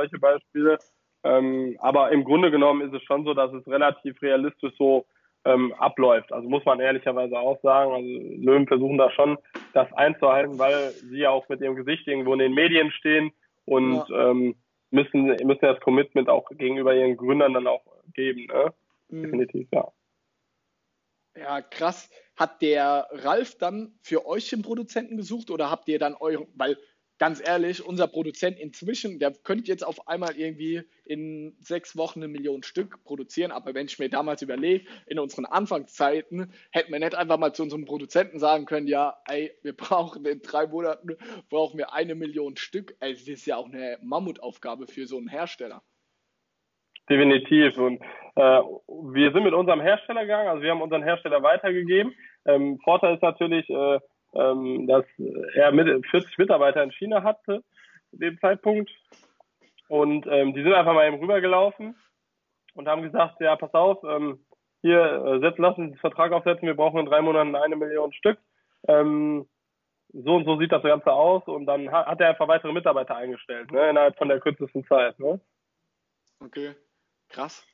Aber im Grunde genommen ist es schon so, dass es relativ realistisch so abläuft. Also muss man ehrlicherweise auch sagen. Also Löwen versuchen da schon das einzuhalten, weil sie ja auch mit ihrem Gesicht irgendwo in den Medien stehen und müssen das Commitment auch gegenüber ihren Gründern dann auch geben. Ne? Definitiv, ja. Ja, krass. Hat der Ralf dann für euch den Produzenten gesucht oder habt ihr dann weil ganz ehrlich, unser Produzent inzwischen, der könnte jetzt auf einmal irgendwie in 6 Wochen 1 Million Stück produzieren, aber wenn ich mir damals überlege, in unseren Anfangszeiten, hätten wir nicht einfach mal zu unserem Produzenten sagen können, ja, ey, wir brauchen in 3 Monaten, brauchen wir 1 Million Stück. Ey, das ist ja auch eine Mammutaufgabe für so einen Hersteller. Definitiv. Und wir sind mit unserem Hersteller gegangen, also wir haben unseren Hersteller weitergegeben. Vorteil ist natürlich, dass er 40 Mitarbeiter in China hatte zu dem Zeitpunkt. Und die sind einfach mal eben rübergelaufen und haben gesagt, ja, pass auf, lass uns den Vertrag aufsetzen, wir brauchen in 3 Monaten 1 Million Stück. So und so sieht das Ganze aus. Und dann hat er einfach weitere Mitarbeiter eingestellt, ne, innerhalb von der kürzesten Zeit. Ne? Okay, krass.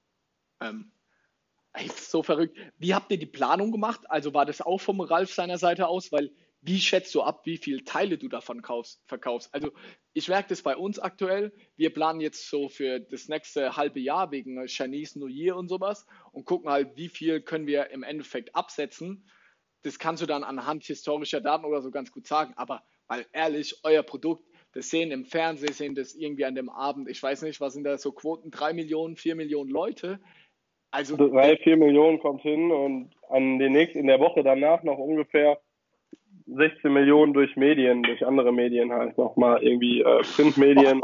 Ist so verrückt. Wie habt ihr die Planung gemacht? Also war das auch vom Ralf seiner Seite aus? Weil wie schätzt du ab, wie viele Teile du davon verkaufst? Also ich merke das bei uns aktuell. Wir planen jetzt so für das nächste halbe Jahr wegen Chinese New Year und sowas und gucken halt, wie viel können wir im Endeffekt absetzen. Das kannst du dann anhand historischer Daten oder so ganz gut sagen. Aber mal ehrlich, euer Produkt, das sehen im Fernsehen, sehen das irgendwie an dem Abend, ich weiß nicht, was sind da so Quoten, 3 Millionen, 4 Millionen Leute. Also 3-4 Millionen kommt hin und in der Woche danach noch ungefähr 16 Millionen durch Medien, durch andere Medien halt nochmal irgendwie Printmedien.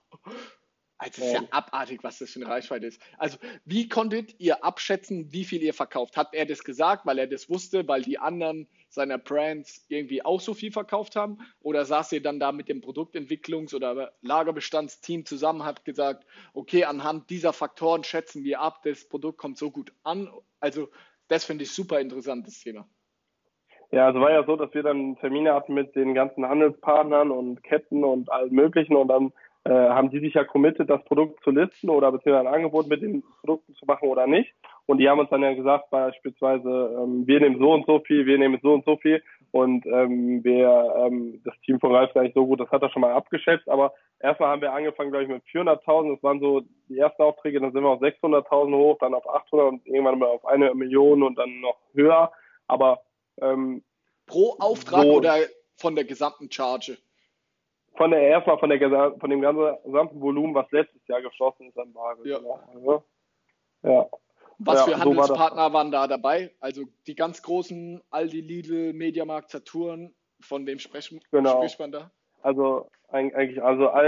Also es ist ja abartig, was das für eine Reichweite ist. Also wie konntet ihr abschätzen, wie viel ihr verkauft? Hat er das gesagt, weil er das wusste, weil die anderen seiner Brands irgendwie auch so viel verkauft haben? Oder saß ihr dann da mit dem Produktentwicklungs- oder Lagerbestandsteam zusammen, hat gesagt, okay, anhand dieser Faktoren schätzen wir ab, das Produkt kommt so gut an. Also das finde ich super interessant, das Thema. Ja, also war ja so, dass wir dann Termine hatten mit den ganzen Handelspartnern und Ketten und allem Möglichen und dann haben die sich ja committed, das Produkt zu listen oder beziehungsweise ein Angebot mit den Produkten zu machen oder nicht. Und die haben uns dann ja gesagt, beispielsweise, wir nehmen so und so viel, wir nehmen so und so viel. Und das Team von Ralf ist eigentlich so gut, das hat er schon mal abgeschätzt. Aber erstmal haben wir angefangen, glaube ich, mit 400.000. Das waren so die ersten Aufträge. Dann sind wir auf 600.000 hoch, dann auf 800 und irgendwann mal auf 1 Million und dann noch höher. Aber pro Auftrag so, oder von der gesamten Charge? Von dem gesamten Volumen, was letztes Jahr geschlossen ist an Ware. Ja. Also, ja. Was für Handelspartner waren da dabei? Also die ganz großen Aldi, Lidl, Mediamarkt, Saturn, von wem spricht man da? Also eigentlich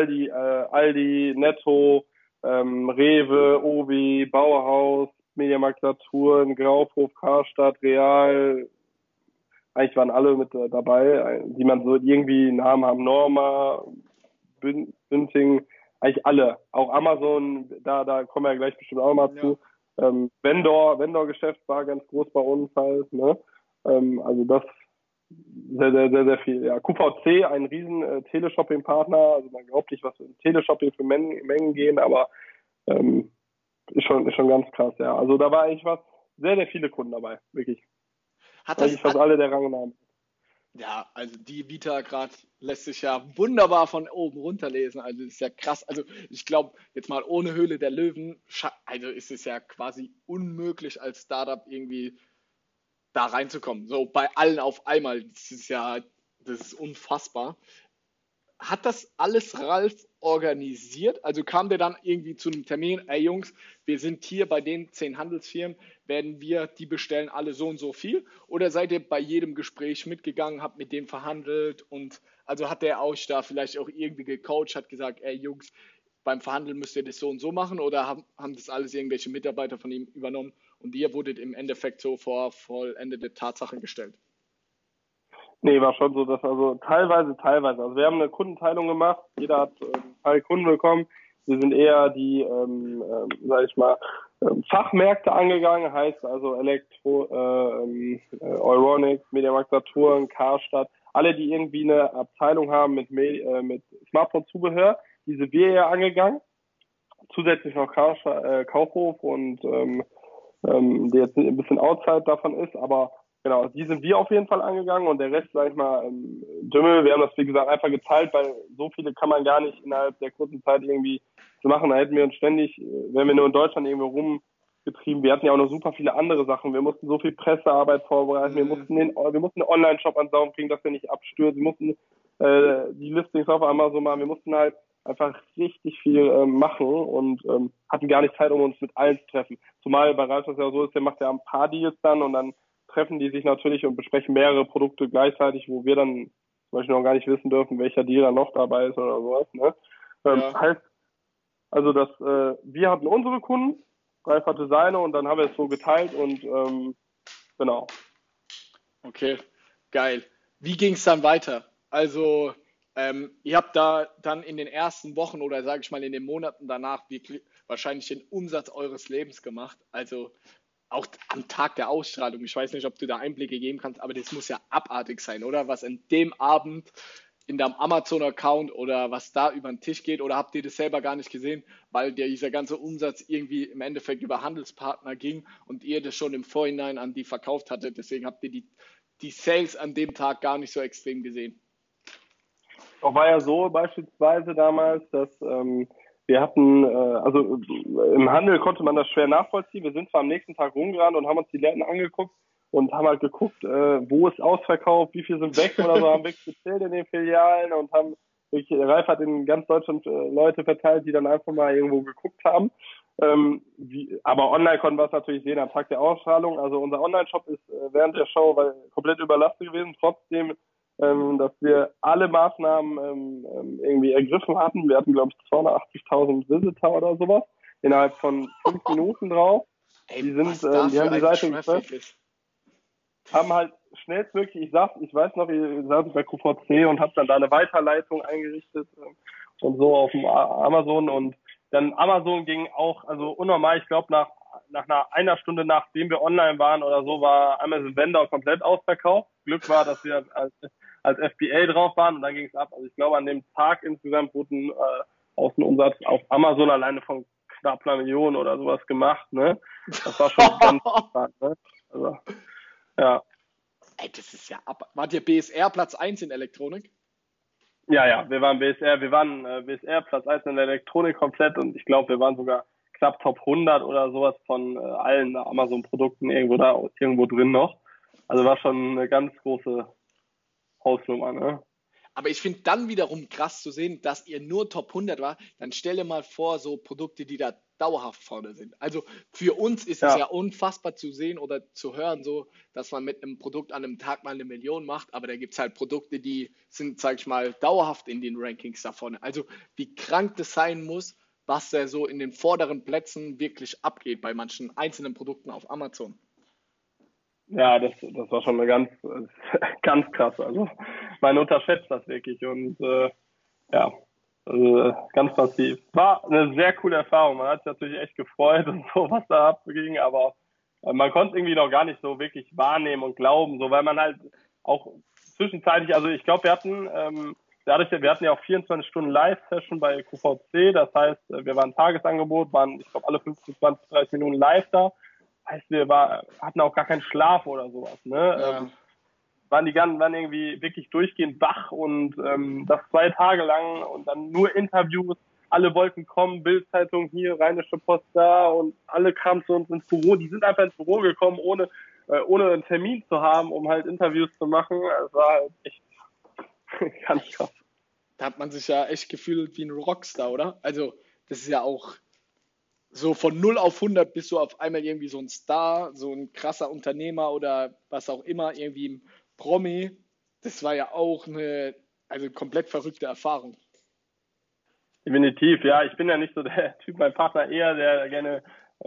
Aldi, Netto, Rewe, Obi, Bauhaus, Mediamarkt, Saturn, Kaufhof, Karstadt, Real. Eigentlich waren alle mit dabei, die man so irgendwie Namen haben. Norma, Bünding, eigentlich alle. Auch Amazon, da kommen wir ja gleich bestimmt auch mal zu. Vendor-Geschäft war ganz groß bei uns halt. Ne? Also das sehr, sehr, sehr, sehr viel. Ja, QVC, ein riesen Teleshopping-Partner. Also man glaubt nicht, was für ein Teleshopping für Mengen gehen, aber ist schon ganz krass. Ja, also da war eigentlich sehr, sehr viele Kunden dabei, wirklich. Fast alle der Rang haben. Ja, also die Vita gerade lässt sich ja wunderbar von oben runterlesen. Also ist ja krass. Also ich glaube, jetzt mal ohne Höhle der Löwen, also ist es ja quasi unmöglich als Startup irgendwie da reinzukommen. So bei allen auf einmal. Das ist unfassbar. Hat das alles Ralf organisiert? Also kam der dann irgendwie zu einem Termin, ey Jungs, wir sind hier bei den 10 Handelsfirmen, die bestellen alle so und so viel? Oder seid ihr bei jedem Gespräch mitgegangen, habt mit dem verhandelt und also hat der euch da vielleicht auch irgendwie gecoacht, hat gesagt, ey Jungs, beim Verhandeln müsst ihr das so und so machen oder haben das alles irgendwelche Mitarbeiter von ihm übernommen und ihr wurdet im Endeffekt so vor vollendete Tatsachen gestellt? Nee, war schon so, dass teilweise. Also wir haben eine Kundenteilung gemacht, jeder hat ein paar Kunden bekommen. Wir sind eher die, Fachmärkte angegangen, heißt also Elektro, Euronics, Mediamarkt Saturn, Karstadt, alle, die irgendwie eine Abteilung haben mit Smartphone-Zubehör, die sind wir eher angegangen. Zusätzlich noch Kaufhof und der jetzt ein bisschen outside davon ist, aber genau, die sind wir auf jeden Fall angegangen und der Rest, sag ich mal, Dümmel, wir haben das, wie gesagt, einfach geteilt, weil so viele kann man gar nicht innerhalb der kurzen Zeit irgendwie zu machen. Da hätten wir uns ständig, wenn wir nur in Deutschland irgendwo rumgetrieben, wir hatten ja auch noch super viele andere Sachen. Wir mussten so viel Pressearbeit vorbereiten, wir mussten einen Online-Shop ans Laufen kriegen, dass der nicht abstürzt, wir mussten die Listings auf Amazon machen, wir mussten halt einfach richtig viel machen und hatten gar nicht Zeit, um uns mit allen zu treffen. Zumal bei Ralf das ja so ist, der macht ja ein paar Deals dann und dann treffen die sich natürlich und besprechen mehrere Produkte gleichzeitig, wo wir dann zum Beispiel noch gar nicht wissen dürfen, welcher Deal da noch dabei ist oder sowas. Ne? Heißt also, dass wir hatten unsere Kunden, Ralf hatte seine und dann haben wir es so geteilt und genau. Okay, geil. Wie ging es dann weiter? Also, ihr habt da dann in den ersten Wochen oder sage ich mal in den Monaten danach wirklich wahrscheinlich den Umsatz eures Lebens gemacht. Also auch am Tag der Ausstrahlung. Ich weiß nicht, ob du da Einblicke geben kannst, aber das muss ja abartig sein, oder? Was in dem Abend in deinem Amazon-Account oder was da über den Tisch geht, oder habt ihr das selber gar nicht gesehen, weil dieser ganze Umsatz irgendwie im Endeffekt über Handelspartner ging und ihr das schon im Vorhinein an die verkauft hattet. Deswegen habt ihr die Sales an dem Tag gar nicht so extrem gesehen. Auch war ja so beispielsweise damals, dass wir hatten, also im Handel konnte man das schwer nachvollziehen. Wir sind zwar am nächsten Tag rumgerannt und haben uns die Läden angeguckt und haben halt geguckt, wo ist ausverkauft, wie viel sind weg oder so, haben wirklich gezählt in den Filialen und haben wirklich, Ralf hat in ganz Deutschland Leute verteilt, die dann einfach mal irgendwo geguckt haben. Aber online konnten wir es natürlich sehen am Tag der Ausstrahlung. Also unser Online-Shop ist während der Show komplett überlastet gewesen, trotzdem dass wir alle Maßnahmen irgendwie ergriffen hatten. Wir hatten, glaube ich, 280.000 Visitor oder sowas innerhalb von 5 Minuten drauf. Ey, die haben die Seite gefressen, haben halt schnellstmöglich, ich weiß noch, ich saß bei QVC und habe dann da eine Weiterleitung eingerichtet und so auf dem Amazon, und dann Amazon ging auch, also unnormal, ich glaube nach einer Stunde, nachdem wir online waren oder so, war Amazon Vendor komplett ausverkauft. Glück war, dass wir als FBA drauf waren, und dann ging es ab. Also ich glaube, an dem Tag insgesamt wurden Außenumsatz auf Amazon alleine von knapp 1 Million oder sowas gemacht, ne? Das war schon ganz spannend, ne? Also, ja. Ey, das ist ja Wart ihr BSR Platz 1 in Elektronik? Ja, wir waren BSR Platz 1 in der Elektronik komplett, und ich glaube, wir waren sogar knapp Top 100 oder sowas von allen Amazon-Produkten irgendwo drin noch. Also war schon eine ganz große Hausnummer, ne? Aber ich finde dann wiederum krass zu sehen, dass ihr nur Top 100 war. Dann stelle mal vor, so Produkte, die da dauerhaft vorne sind. Also für uns ist es ja unfassbar zu sehen oder zu hören, so, dass man mit einem Produkt an einem Tag mal 1 Million macht. Aber da gibt es halt Produkte, die sind, sag ich mal, dauerhaft in den Rankings da vorne. Also wie krank das sein muss, was da so in den vorderen Plätzen wirklich abgeht bei manchen einzelnen Produkten auf Amazon. Ja, das war schon eine ganz krass. Also man unterschätzt das wirklich, und ja, also ganz massiv. War eine sehr coole Erfahrung. Man hat sich natürlich echt gefreut und so, was da abging, aber man konnte es irgendwie noch gar nicht so wirklich wahrnehmen und glauben, so, weil man halt auch zwischenzeitlich, also ich glaube, wir hatten ja auch 24 Stunden Live-Session bei QVC, das heißt, wir waren Tagesangebot, waren, ich glaube, alle 15, 20, 30 Minuten live da. Heißt, wir hatten auch gar keinen Schlaf oder sowas, ne? Ja. Waren irgendwie wirklich durchgehend wach, und das 2 Tage lang, und dann nur Interviews, alle wollten kommen, Bild-Zeitung hier, Rheinische Post da, und alle kamen zu uns ins Büro, die sind einfach ins Büro gekommen, ohne einen Termin zu haben, um halt Interviews zu machen. Es war halt echt ganz krass. Da hat man sich ja echt gefühlt wie ein Rockstar, oder? Also das ist ja auch so von 0 auf 100 bist du auf einmal irgendwie so ein Star, so ein krasser Unternehmer oder was auch immer, irgendwie ein Promi. Das war ja auch eine komplett verrückte Erfahrung. Definitiv, ja. Ich bin ja nicht so der Typ, mein Partner eher, der gerne,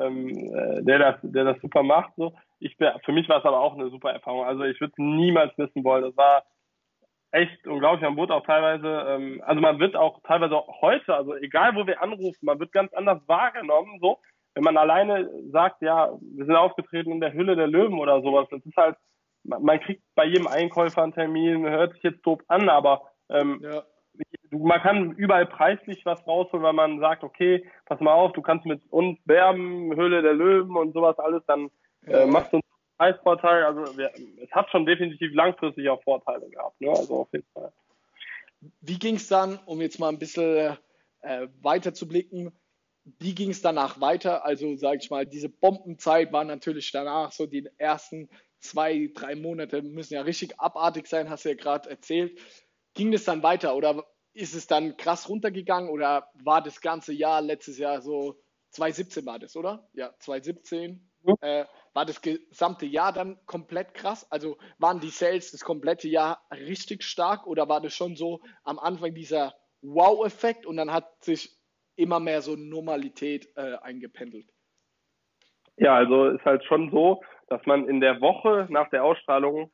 der das super macht. So. Für mich war es aber auch eine super Erfahrung. Also ich würde es niemals missen wollen. Das war echt unglaublich. Man wurde auch teilweise, also man wird auch teilweise auch heute, also egal wo wir anrufen, man wird ganz anders wahrgenommen. So, wenn man alleine sagt, ja, wir sind aufgetreten in der Hülle der Löwen oder sowas. Das ist halt, man kriegt bei jedem Einkäufer einen Termin, hört sich jetzt doof an, aber Ja. man kann überall preislich was rausholen, weil man sagt, okay, pass mal auf, du kannst mit uns werben, Höhle der Löwen und sowas alles, dann machst du einen Preisvorteil. Also es hat schon definitiv langfristig auch Vorteile gehabt, ne? Also auf jeden Fall. Wie ging es dann, um jetzt mal ein bisschen weiter zu blicken, wie ging es danach weiter? Also sage ich mal, diese Bombenzeit war natürlich danach so die ersten 2, 3 Monate müssen ja richtig abartig sein, hast du ja gerade erzählt. Ging das dann weiter oder ist es dann krass runtergegangen oder war das ganze Jahr, letztes Jahr so, 2017 war das, oder? Ja, 2017. War das gesamte Jahr dann komplett krass? Also waren die Sales das komplette Jahr richtig stark oder war das schon so am Anfang dieser Wow-Effekt und dann hat sich immer mehr so Normalität eingependelt? Ja, also ist halt schon so, dass man in der Woche nach der Ausstrahlung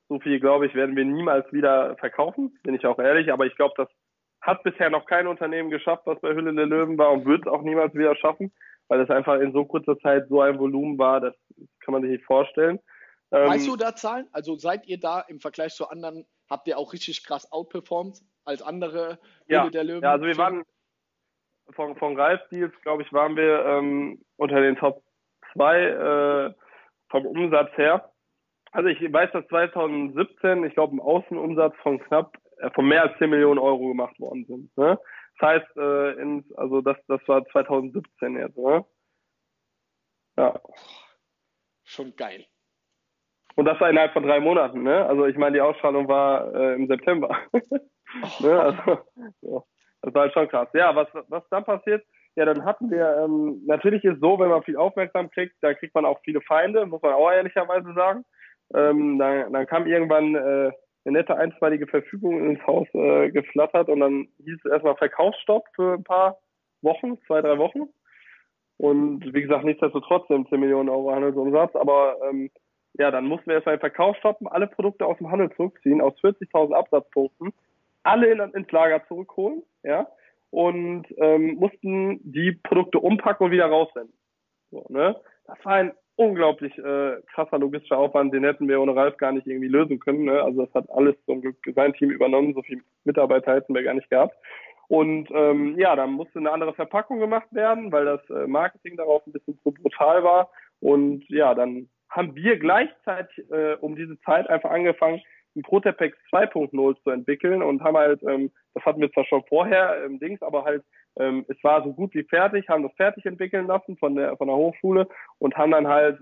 So viel, glaube ich, werden wir niemals wieder verkaufen, bin ich auch ehrlich. Aber ich glaube, das hat bisher noch kein Unternehmen geschafft, was bei Hülle der Löwen war und wird es auch niemals wieder schaffen, weil es einfach in so kurzer Zeit so ein Volumen war, das kann man sich nicht vorstellen. Weißt du da Zahlen? Also seid ihr da im Vergleich zu anderen, habt ihr auch richtig krass outperformed als andere Ja, Hülle der Löwen? ja, also wir waren von Ralf Deals, glaube ich, waren wir unter den Top 2 vom Umsatz her. Also ich weiß, dass 2017, ich glaube, ein Außenumsatz von mehr als 10 Millionen Euro gemacht worden sind. Ne? Das heißt, also das war 2017 jetzt. Ne? Ja. Schon geil. Und das war innerhalb von 3 Monaten. Ne? Also ich meine, die Ausstrahlung war im September. Ne? Also, ja. Das war halt schon krass. Ja, was dann passiert? Ja, dann hatten wir, natürlich ist so, wenn man viel Aufmerksamkeit kriegt, da kriegt man auch viele Feinde, muss man auch ehrlicherweise sagen. Dann kam irgendwann eine nette einstweilige Verfügung ins Haus geflattert und dann hieß es erstmal Verkaufsstopp für ein paar Wochen, 2, 3 Wochen. Und wie gesagt, nichtsdestotrotz 10 Millionen Euro Handelsumsatz, aber ja, dann mussten wir erstmal den Verkauf stoppen, alle Produkte aus dem Handel zurückziehen, aus 40.000 Absatzpunkten, alle ins Lager zurückholen, ja, und mussten die Produkte umpacken und wieder raussenden. So, ne? Das war ein unglaublich krasser logistischer Aufwand, den hätten wir ohne Ralf gar nicht irgendwie lösen können. Ne? Also das hat alles zum Glück sein Team übernommen, so viele Mitarbeiter hätten wir gar nicht gehabt. Und ja, dann musste eine andere Verpackung gemacht werden, weil das Marketing darauf ein bisschen zu brutal war. Und ja, dann haben wir gleichzeitig um diese Zeit einfach angefangen, ein Protepex 2.0 zu entwickeln und haben halt, das hatten wir zwar schon vorher, aber halt, es war so gut wie fertig, haben das fertig entwickeln lassen von der Hochschule und haben dann halt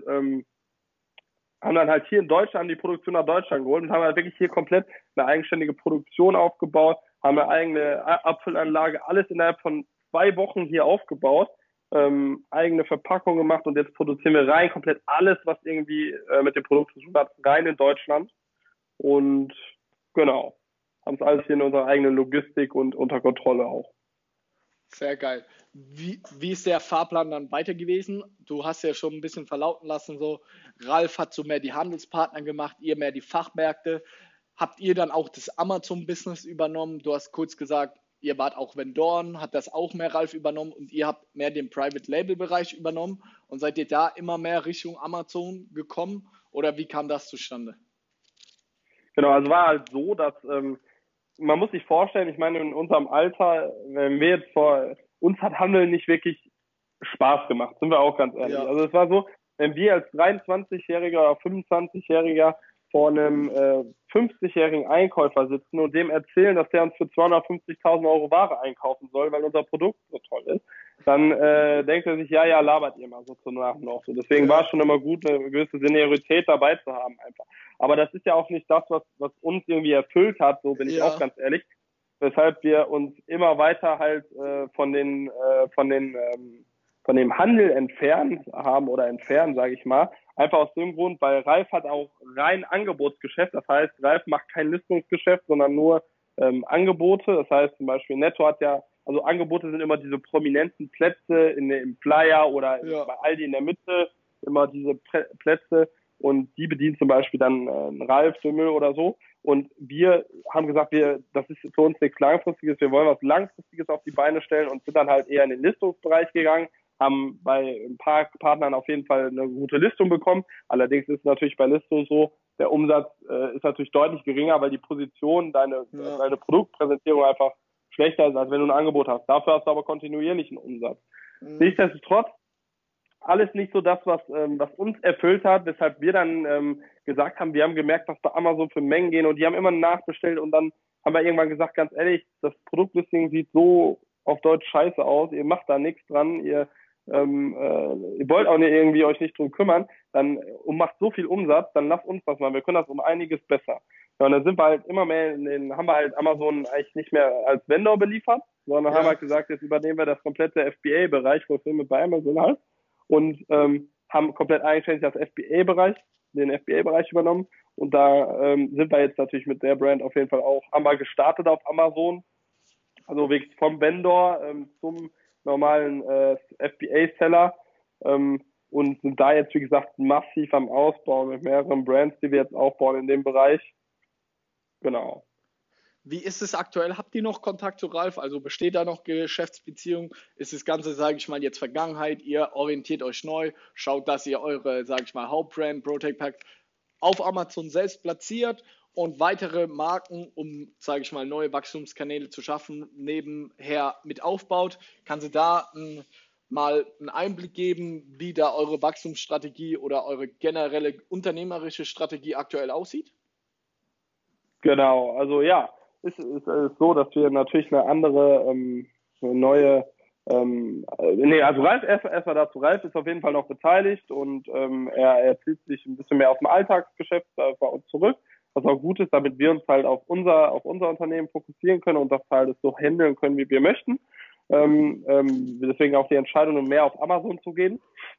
hier in Deutschland die Produktion nach Deutschland geholt und haben halt wirklich hier komplett eine eigenständige Produktion aufgebaut, haben eine eigene Abfüllanlage, alles innerhalb von 2 Wochen hier aufgebaut, eigene Verpackung gemacht und jetzt produzieren wir rein komplett alles, was irgendwie mit dem Produkt zu tun hat, rein in Deutschland. Und genau, haben es alles hier in unserer eigenen Logistik und unter Kontrolle auch. Sehr geil. Wie ist der Fahrplan dann weiter gewesen? Du hast ja schon ein bisschen verlauten lassen, so Ralf hat so mehr die Handelspartner gemacht, ihr mehr die Fachmärkte. Habt ihr dann auch das Amazon-Business übernommen? Du hast kurz gesagt, ihr wart auch Vendoren, hat das auch mehr Ralf übernommen und ihr habt mehr den Private-Label-Bereich übernommen und seid ihr da immer mehr Richtung Amazon gekommen oder wie kam das zustande? Genau, also war halt so, dass man muss sich vorstellen, ich meine, in unserem Alter, wenn wir jetzt uns hat Handel nicht wirklich Spaß gemacht, sind wir auch ganz ehrlich. Ja. Also es war so, wenn wir als 23-Jähriger oder 25-Jähriger vor einem 50-jährigen Einkäufer sitzen und dem erzählen, dass der uns für 250.000 Euro Ware einkaufen soll, weil unser Produkt so toll ist, dann denkt er sich, ja, labert ihr mal so zu nach noch. So. Deswegen war es schon immer gut, eine gewisse Seniorität dabei zu haben einfach. Aber das ist ja auch nicht das, was uns irgendwie erfüllt hat, so bin ich auch ganz ehrlich, weshalb wir uns immer weiter halt von dem Handel entfernt, sage ich mal. Einfach aus dem Grund, weil Ralf hat auch rein Angebotsgeschäft. Das heißt, Ralf macht kein Listungsgeschäft, sondern nur Angebote. Das heißt zum Beispiel Netto hat ja, also Angebote sind immer diese prominenten Plätze im Flyer oder bei Aldi in der Mitte, immer diese Plätze. Und die bedient zum Beispiel dann Ralf, Dümmel oder so. Und wir haben gesagt, das ist für uns nichts Langfristiges, wir wollen was Langfristiges auf die Beine stellen und sind dann halt eher in den Listungsbereich gegangen, haben bei ein paar Partnern auf jeden Fall eine gute Listung bekommen. Allerdings ist natürlich bei Listung so, der Umsatz ist natürlich deutlich geringer, weil die Position, deine Produktpräsentierung einfach schlechter ist, als wenn du ein Angebot hast. Dafür hast du aber kontinuierlichen Umsatz. Nichtsdestotrotz, alles nicht so das, was uns erfüllt hat, weshalb wir dann gesagt haben, wir haben gemerkt, was bei Amazon für Mengen gehen und die haben immer nachbestellt und dann haben wir irgendwann gesagt, ganz ehrlich, das Produktlisting sieht so auf Deutsch scheiße aus, ihr macht da nichts dran, ihr wollt auch nicht irgendwie euch nicht drum kümmern, dann und macht so viel Umsatz, dann lasst uns das mal, wir können das um einiges besser. Ja, und dann sind wir halt immer mehr haben wir halt Amazon eigentlich nicht mehr als Vendor beliefert, sondern haben halt gesagt, jetzt übernehmen wir das komplette FBA-Bereich, Fulfillment bei Amazon halt und haben komplett eigenständig den FBA-Bereich übernommen und da sind wir jetzt natürlich mit der Brand auf jeden Fall auch, haben wir gestartet auf Amazon, also wirklich vom Vendor zum normalen FBA-Seller. und sind da jetzt, wie gesagt, massiv am Ausbauen mit mehreren Brands, die wir jetzt aufbauen in dem Bereich. Genau. Wie ist es aktuell? Habt ihr noch Kontakt zu Ralf? Also besteht da noch Geschäftsbeziehung? Ist das Ganze, sage ich mal, jetzt Vergangenheit? Ihr orientiert euch neu, schaut, dass ihr eure, sage ich mal, Hauptbrand Protect Pack auf Amazon selbst platziert und weitere Marken, um, sage ich mal, neue Wachstumskanäle zu schaffen, nebenher mit aufbaut. Kannst du da mal einen Einblick geben, wie da eure Wachstumsstrategie oder eure generelle unternehmerische Strategie aktuell aussieht? Genau, also ja, ist so, dass wir natürlich eine andere, eine neue, also Ralf, erstmal dazu, Ralf ist auf jeden Fall noch beteiligt und er zieht sich ein bisschen mehr auf dem Alltagsgeschäft bei uns zurück, was auch gut ist, damit wir uns halt auf unser Unternehmen fokussieren können und das halt so handeln können, wie wir möchten. Deswegen auch die Entscheidung, mehr auf Amazon zu gehen.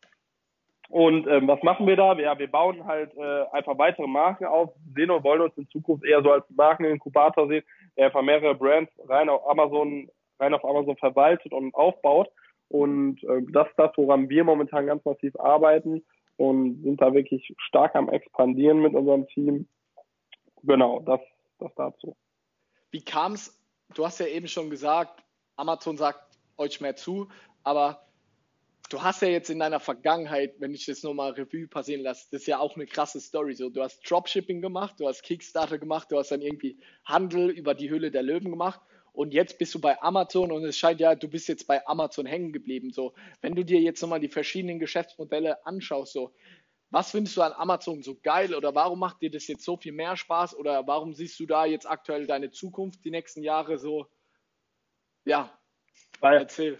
Und was machen wir da? Wir bauen halt einfach weitere Marken auf, sehen und wollen uns in Zukunft eher so als Markeninkubator sehen, der einfach mehrere Brands rein auf Amazon verwaltet und aufbaut. Und das ist das, woran wir momentan ganz massiv arbeiten und sind da wirklich stark am Expandieren mit unserem Team. Genau, das dazu. Wie kam es? Du hast ja eben schon gesagt, Amazon sagt euch mehr zu, aber du hast ja jetzt in deiner Vergangenheit, wenn ich das nochmal Revue passieren lasse, das ist ja auch eine krasse Story. So, du hast Dropshipping gemacht, du hast Kickstarter gemacht, du hast dann irgendwie Handel über die Höhle der Löwen gemacht und jetzt bist du bei Amazon und es scheint ja, du bist jetzt bei Amazon hängen geblieben. So, wenn du dir jetzt nochmal die verschiedenen Geschäftsmodelle anschaust, so, was findest du an Amazon so geil oder warum macht dir das jetzt so viel mehr Spaß oder warum siehst du da jetzt aktuell deine Zukunft die nächsten Jahre so? Ja, erzähl.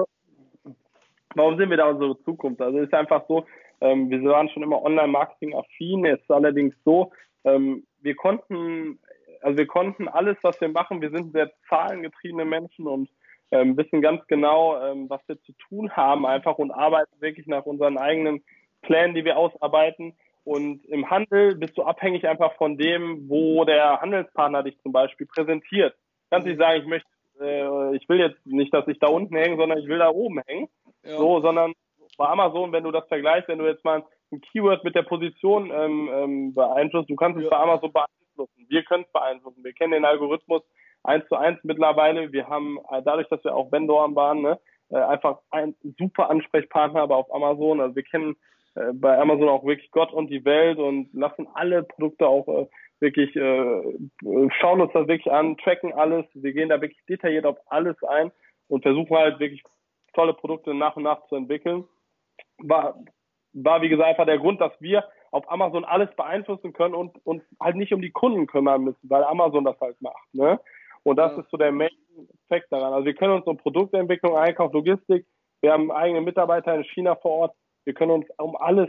Warum sehen wir da unsere Zukunft? Also es ist einfach so, wir waren schon immer Online-Marketing-affin. Es ist allerdings so, wir konnten alles, was wir machen, wir sind sehr zahlengetriebene Menschen und wissen ganz genau, was wir zu tun haben einfach und arbeiten wirklich nach unseren eigenen Plänen, die wir ausarbeiten. Und im Handel bist du abhängig einfach von dem, wo der Handelspartner dich zum Beispiel präsentiert. Kannst nicht sagen, ich will jetzt nicht, dass ich da unten hänge, sondern ich will da oben hängen. Ja. So, sondern bei Amazon, wenn du das vergleichst, wenn du jetzt mal ein Keyword mit der Position beeinflusst, du kannst es bei Amazon beeinflussen. Wir können es beeinflussen. Wir kennen den Algorithmus 1:1 mittlerweile. Wir haben, dadurch, dass wir auch Vendoren waren, einfach einen super Ansprechpartner, aber auf Amazon. Also wir kennen bei Amazon auch wirklich Gott und die Welt und lassen alle Produkte auch wirklich, schauen uns das wirklich an, tracken alles. Wir gehen da wirklich detailliert auf alles ein und versuchen halt wirklich tolle Produkte nach und nach zu entwickeln. War wie gesagt einfach der Grund, dass wir auf Amazon alles beeinflussen können und uns halt nicht um die Kunden kümmern müssen, weil Amazon das halt macht, ne? Und das ist so der Main-Effekt daran. Also wir können uns um Produktentwicklung, Einkauf, Logistik, wir haben eigene Mitarbeiter in China vor Ort, wir können uns um alles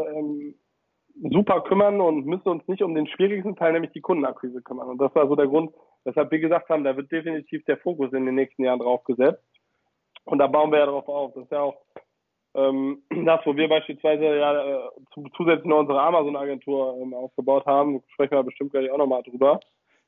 super kümmern und müssen uns nicht um den schwierigsten Teil, nämlich die Kundenakquise kümmern. Und das war so der Grund, weshalb wir gesagt haben, da wird definitiv der Fokus in den nächsten Jahren drauf gesetzt. Und da bauen wir ja drauf auf. Das ist ja auch das, wo wir beispielsweise zusätzlich noch unsere Amazon-Agentur aufgebaut haben. Da sprechen wir bestimmt gleich auch nochmal drüber.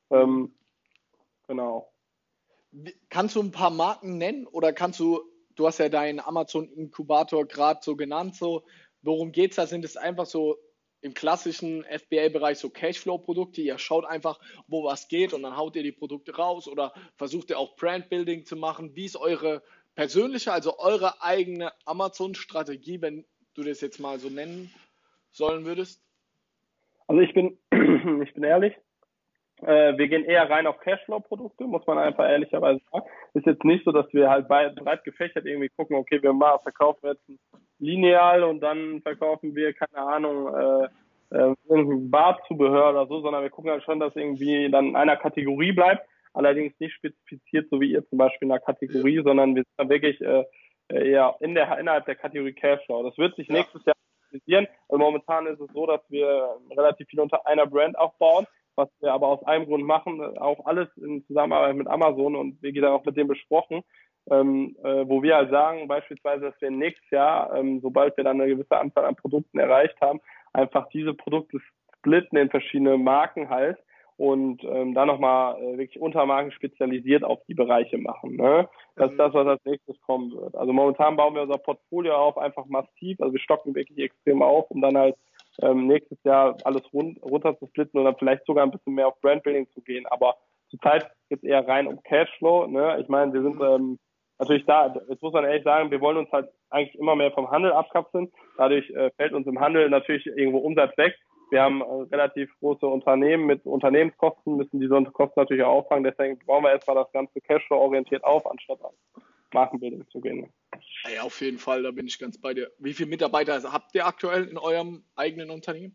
Genau. Kannst du ein paar Marken nennen oder du hast ja deinen Amazon-Inkubator gerade so genannt, so, worum geht's da? Sind es einfach so im klassischen FBA-Bereich so Cashflow-Produkte? Ihr schaut einfach, wo was geht und dann haut ihr die Produkte raus oder versucht ihr auch Brand-Building zu machen? Wie ist eure persönliche, also eure eigene Amazon-Strategie, wenn du das jetzt mal so nennen sollen würdest? Also ich bin ehrlich, wir gehen eher rein auf Cashflow-Produkte, muss man einfach ehrlicherweise sagen. Ist jetzt nicht so, dass wir halt breit gefächert irgendwie gucken, okay, wir verkaufen jetzt lineal und dann verkaufen wir, keine Ahnung, irgendein Badzubehör oder so, sondern wir gucken halt schon, dass irgendwie dann in einer Kategorie bleibt, allerdings nicht spezifiziert, so wie ihr zum Beispiel in einer Kategorie, sondern wir sind dann wirklich eher innerhalb der Kategorie Cashflow. Das wird sich nächstes Jahr realisieren. Also momentan ist es so, dass wir relativ viel unter einer Brand aufbauen, was wir aber aus einem Grund machen, auch alles in Zusammenarbeit mit Amazon und wie gesagt auch mit dem besprochen, wo wir halt sagen, beispielsweise, dass wir nächstes Jahr, sobald wir dann eine gewisse Anzahl an Produkten erreicht haben, einfach diese Produkte splitten in verschiedene Marken halt und dann nochmal wirklich Untermarken spezialisiert auf die Bereiche machen. Ne? Das ist das, was als nächstes kommen wird. Also momentan bauen wir unser Portfolio auf, einfach massiv. Also wir stocken wirklich extrem auf, um dann halt nächstes Jahr alles runter zu splitten oder vielleicht sogar ein bisschen mehr auf Brandbuilding zu gehen. Aber zurzeit geht es eher rein um Cashflow. Ne? Ich meine, wir sind natürlich da, jetzt muss man ehrlich sagen, wir wollen uns halt eigentlich immer mehr vom Handel abkapseln. Dadurch fällt uns im Handel natürlich irgendwo Umsatz weg. Wir haben relativ große Unternehmen mit Unternehmenskosten, müssen diese Kosten natürlich auch auffangen. Deswegen bauen wir erstmal das ganze Cashflow orientiert auf, anstatt auf Markenbildung zu gehen. Ja, auf jeden Fall, da bin ich ganz bei dir. Wie viele Mitarbeiter habt ihr aktuell in eurem eigenen Unternehmen?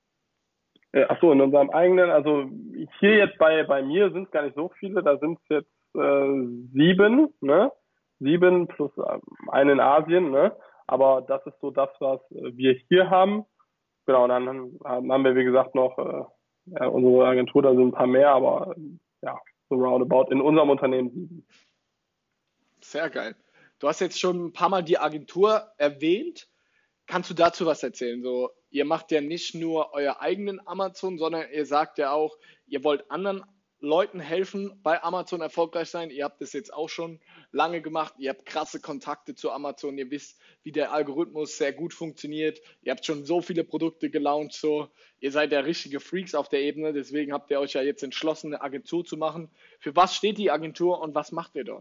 Achso, in unserem eigenen, also hier jetzt bei mir sind es gar nicht so viele, da sind es jetzt 7, ne? 7 plus einen in Asien, ne? Aber das ist so das, was wir hier haben. Genau, und dann haben wir, wie gesagt, noch unsere Agentur, da sind ein paar mehr, aber ja, so roundabout in unserem Unternehmen 7. Sehr geil. Du hast jetzt schon ein paar Mal die Agentur erwähnt. Kannst du dazu was erzählen? So, ihr macht ja nicht nur euer eigenen Amazon, sondern ihr sagt ja auch, ihr wollt anderen Leuten helfen, bei Amazon erfolgreich sein. Ihr habt das jetzt auch schon lange gemacht. Ihr habt krasse Kontakte zu Amazon. Ihr wisst, wie der Algorithmus sehr gut funktioniert. Ihr habt schon so viele Produkte gelauncht. So, ihr seid ja richtige Freaks auf der Ebene. Deswegen habt ihr euch ja jetzt entschlossen, eine Agentur zu machen. Für was steht die Agentur und was macht ihr dort?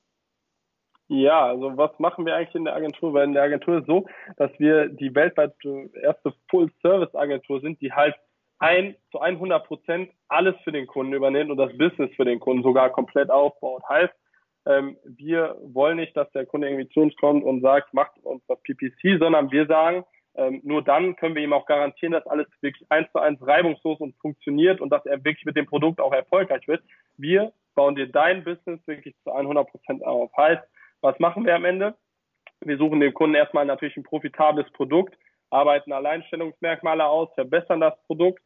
Ja, also was machen wir eigentlich in der Agentur? Weil in der Agentur ist so, dass wir die weltweit erste Full-Service-Agentur sind, die halt zu 100% alles für den Kunden übernimmt und das Business für den Kunden sogar komplett aufbaut. Heißt, wir wollen nicht, dass der Kunde irgendwie zu uns kommt und sagt, macht uns das PPC, sondern wir sagen, nur dann können wir ihm auch garantieren, dass alles wirklich 1:1 reibungslos und funktioniert und dass er wirklich mit dem Produkt auch erfolgreich wird. Wir bauen dir dein Business wirklich zu 100% auf. Heißt, was machen wir am Ende? Wir suchen dem Kunden erstmal natürlich ein profitables Produkt, arbeiten Alleinstellungsmerkmale aus, verbessern das Produkt,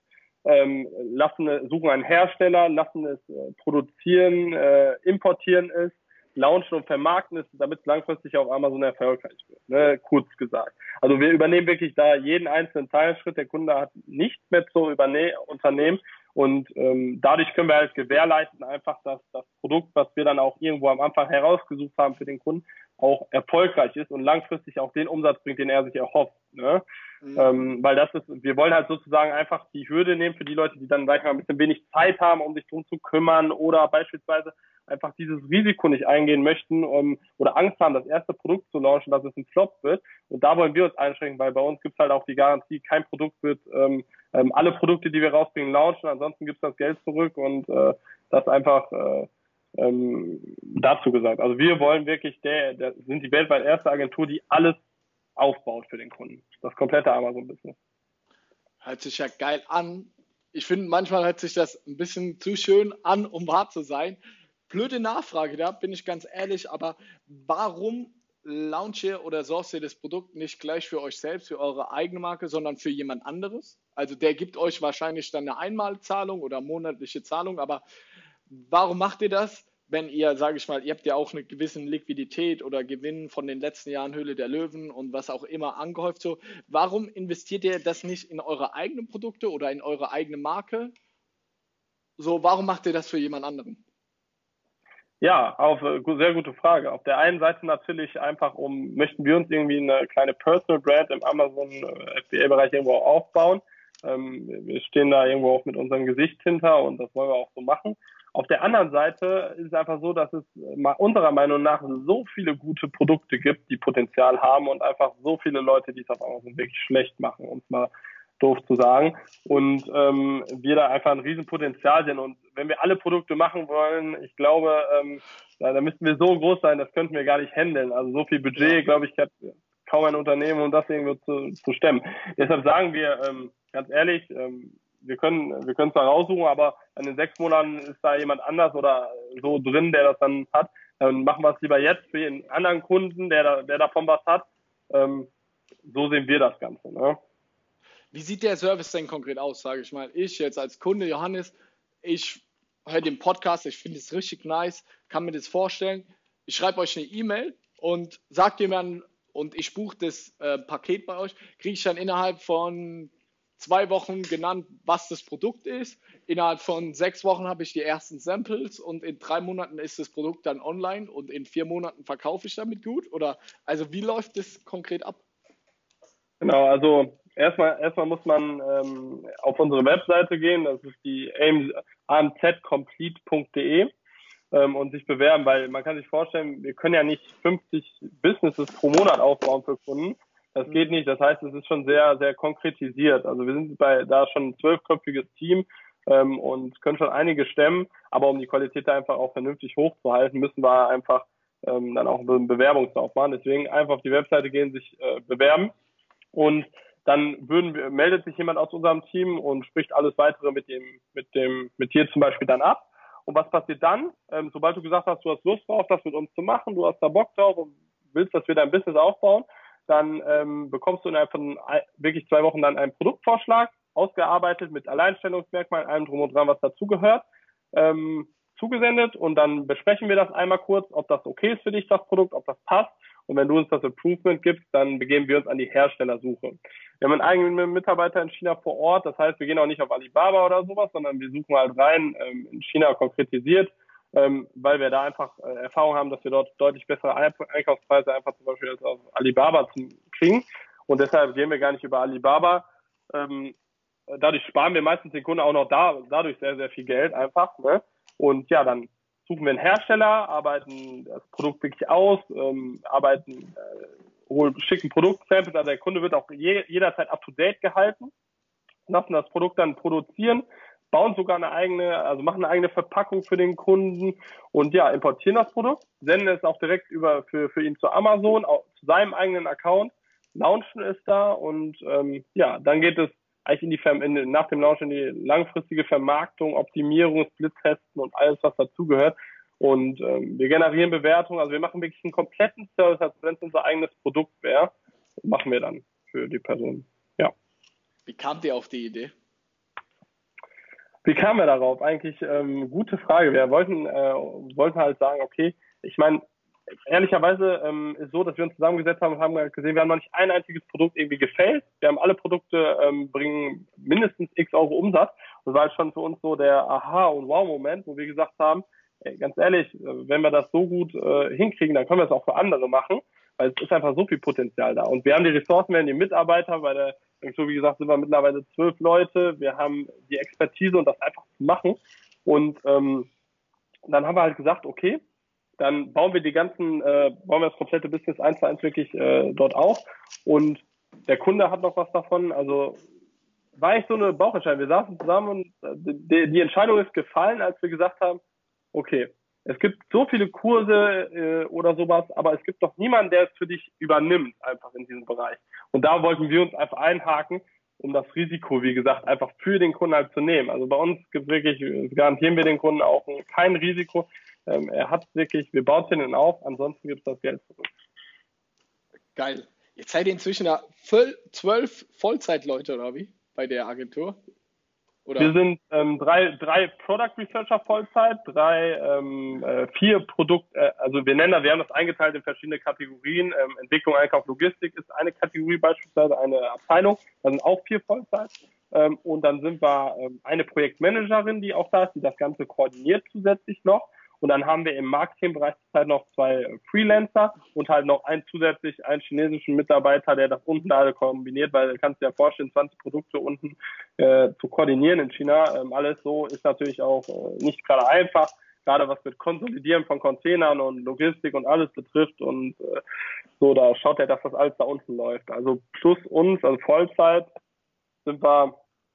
suchen einen Hersteller, lassen es produzieren, importieren es, launchen und vermarkten es, damit es langfristig auf Amazon erfolgreich wird, ne? Kurz gesagt. Also wir übernehmen wirklich da jeden einzelnen Teilschritt. Der Kunde hat nichts mehr zu unternehmen und dadurch können wir halt gewährleisten einfach, dass das Produkt, was wir dann auch irgendwo am Anfang herausgesucht haben für den Kunden, auch erfolgreich ist und langfristig auch den Umsatz bringt, den er sich erhofft. Ne? Weil wir wollen halt sozusagen einfach die Hürde nehmen für die Leute, die dann, sag ich mal, ein bisschen wenig Zeit haben, um sich drum zu kümmern oder beispielsweise einfach dieses Risiko nicht eingehen möchten oder Angst haben, das erste Produkt zu launchen, dass es ein Flop wird. Und da wollen wir uns einschränken, weil bei uns gibt es halt auch die Garantie, kein Produkt wird alle Produkte, die wir rausbringen, launchen, ansonsten gibt es das Geld zurück und das einfach dazu gesagt. Also wir wollen wirklich, sind die weltweit erste Agentur, die alles aufbaut für den Kunden. Das komplette Amazon-Business. Hört sich ja geil an. Ich finde, manchmal hört sich das ein bisschen zu schön an, um wahr zu sein. Blöde Nachfrage, da bin ich ganz ehrlich, aber warum launcht ihr oder sourced ihr das Produkt nicht gleich für euch selbst, für eure eigene Marke, sondern für jemand anderes? Also der gibt euch wahrscheinlich dann eine Einmalzahlung oder monatliche Zahlung, aber warum macht ihr das, wenn ihr, sage ich mal, ihr habt ja auch eine gewisse Liquidität oder Gewinn von den letzten Jahren Höhle der Löwen und was auch immer angehäuft so. Warum investiert ihr das nicht in eure eigenen Produkte oder in eure eigene Marke? So, warum macht ihr das für jemand anderen? Ja, sehr gute Frage. Auf der einen Seite natürlich einfach möchten wir uns irgendwie eine kleine Personal Brand im Amazon FBA-Bereich irgendwo aufbauen. Wir stehen da irgendwo auch mit unserem Gesicht hinter und das wollen wir auch so machen. Auf der anderen Seite ist es einfach so, dass es unserer Meinung nach so viele gute Produkte gibt, die Potenzial haben und einfach so viele Leute, die es auf Amazon wirklich schlecht machen, um es mal doof zu sagen. Und wir da einfach ein Riesenpotenzial sehen. Und wenn wir alle Produkte machen wollen, ich glaube, da müssten wir so groß sein, das könnten wir gar nicht handeln. Also so viel Budget, glaube ich, hat kaum ein Unternehmen, um das irgendwie zu stemmen. Deshalb sagen wir, ganz ehrlich, wir können zwar raussuchen, aber in den 6 Monaten ist da jemand anders oder so drin, der das dann hat. Dann machen wir es lieber jetzt für einen anderen Kunden, der davon was hat. So sehen wir das Ganze. Ne? Wie sieht der Service denn konkret aus, sage ich mal? Ich jetzt als Kunde, Johannes, ich höre den Podcast, ich finde es richtig nice, kann mir das vorstellen. Ich schreibe euch eine E-Mail und sagt jemand, und ich buche das Paket bei euch, kriege ich dann innerhalb von 2 Wochen genannt, was das Produkt ist. Innerhalb von 6 Wochen habe ich die ersten Samples und in 3 Monaten ist das Produkt dann online und in 4 Monaten verkaufe ich damit gut? Oder also wie läuft das konkret ab? Genau, also erstmal muss man auf unsere Webseite gehen, das ist die amzcomplete.de und sich bewerben, weil man kann sich vorstellen, wir können ja nicht 50 Businesses pro Monat aufbauen für Kunden. Das geht nicht, das heißt, es ist schon sehr, sehr konkretisiert. Also wir sind da schon ein 12-köpfiges Team und können schon einige stemmen, aber um die Qualität da einfach auch vernünftig hochzuhalten, müssen wir einfach dann auch einen Bewerbungslauf machen. Deswegen einfach auf die Webseite gehen, sich bewerben. Und dann meldet sich jemand aus unserem Team und spricht alles weitere mit dir zum Beispiel dann ab. Und was passiert dann? Sobald du gesagt hast, du hast Lust drauf, das mit uns zu machen, du hast da Bock drauf und willst, dass wir dein Business aufbauen, dann bekommst du innerhalb von wirklich 2 Wochen dann einen Produktvorschlag, ausgearbeitet mit Alleinstellungsmerkmalen, allem drum und dran, was dazugehört, zugesendet und dann besprechen wir das einmal kurz, ob das okay ist für dich, das Produkt, ob das passt. Und wenn du uns das Approvement gibst, dann begeben wir uns an die Herstellersuche. Wir haben einen eigenen Mitarbeiter in China vor Ort. Das heißt, wir gehen auch nicht auf Alibaba oder sowas, sondern wir suchen halt rein, in China konkretisiert, weil wir da einfach Erfahrung haben, dass wir dort deutlich bessere Einkaufspreise einfach zum Beispiel als auf Alibaba kriegen. Und deshalb gehen wir gar nicht über Alibaba. Dadurch sparen wir meistens den Kunden auch noch dadurch sehr, sehr viel Geld einfach. Ne? Und ja, dann suchen wir einen Hersteller, arbeiten das Produkt wirklich aus, schicken Produktsamples, also der Kunde wird auch jederzeit up-to-date gehalten, lassen das Produkt dann produzieren, bauen sogar machen eine eigene Verpackung für den Kunden und ja, importieren das Produkt, senden es auch direkt für ihn zu Amazon, auch zu seinem eigenen Account, launchen es da und dann geht es eigentlich nach dem Launch in die langfristige Vermarktung, Optimierung, Split-Testen und alles, was dazugehört. Und wir generieren Bewertungen, also wir machen wirklich einen kompletten Service, als wenn es unser eigenes Produkt wäre, machen wir dann für die Person. Ja. Wie kamt ihr auf die Idee? Wie kamen wir darauf? Eigentlich gute Frage. Wir wollten halt sagen, okay, ich meine, ehrlicherweise ist so, dass wir uns zusammengesetzt haben und haben halt gesehen, wir haben noch nicht ein einziges Produkt irgendwie gefällt. Wir haben alle Produkte, bringen mindestens x Euro Umsatz. Das war halt schon für uns so der Aha- und Wow-Moment, wo wir gesagt haben, ey, ganz ehrlich, wenn wir das so gut hinkriegen, dann können wir es auch für andere machen, weil es ist einfach so viel Potenzial da. Und wir haben die Ressourcen, wir haben die Mitarbeiter, bei der Agentur, wie gesagt, sind wir mittlerweile 12 Leute. Wir haben die Expertise, um das einfach zu machen. Und dann haben wir halt gesagt, okay, dann bauen wir das komplette Business 1:1 wirklich dort auf und der Kunde hat noch was davon. Also war echt so eine Bauchentscheidung. Wir saßen zusammen und die Entscheidung ist gefallen, als wir gesagt haben, okay, es gibt so viele Kurse oder sowas, aber es gibt doch niemanden, der es für dich übernimmt, einfach in diesem Bereich. Und da wollten wir uns einfach einhaken, um das Risiko, wie gesagt, einfach für den Kunden halt zu nehmen. Also bei uns garantieren wir den Kunden auch kein Risiko. Er hat wirklich, wir bauen es ihnen auf, ansonsten gibt es das Geld zurück. Geil. Jetzt seid ihr inzwischen da 12 Vollzeitleute oder wie bei der Agentur? Oder? Wir sind drei Product Researcher Vollzeit, 4 wir haben das eingeteilt in verschiedene Kategorien. Entwicklung, Einkauf, Logistik ist eine Kategorie beispielsweise, eine Abteilung. Da sind auch 4 Vollzeit. Und dann sind wir eine Projektmanagerin, die auch da ist, die das Ganze koordiniert zusätzlich noch. Und dann haben wir im Marketingbereich halt noch 2 Freelancer und halt noch einen chinesischen Mitarbeiter, der das unten alle kombiniert, weil du kannst dir ja vorstellen, 20 Produkte unten zu koordinieren in China. Alles so ist natürlich auch nicht gerade einfach, gerade was mit Konsolidieren von Containern und Logistik und alles betrifft. Und so, da schaut er, dass das alles da unten läuft. Also plus uns, also Vollzeit, sind wir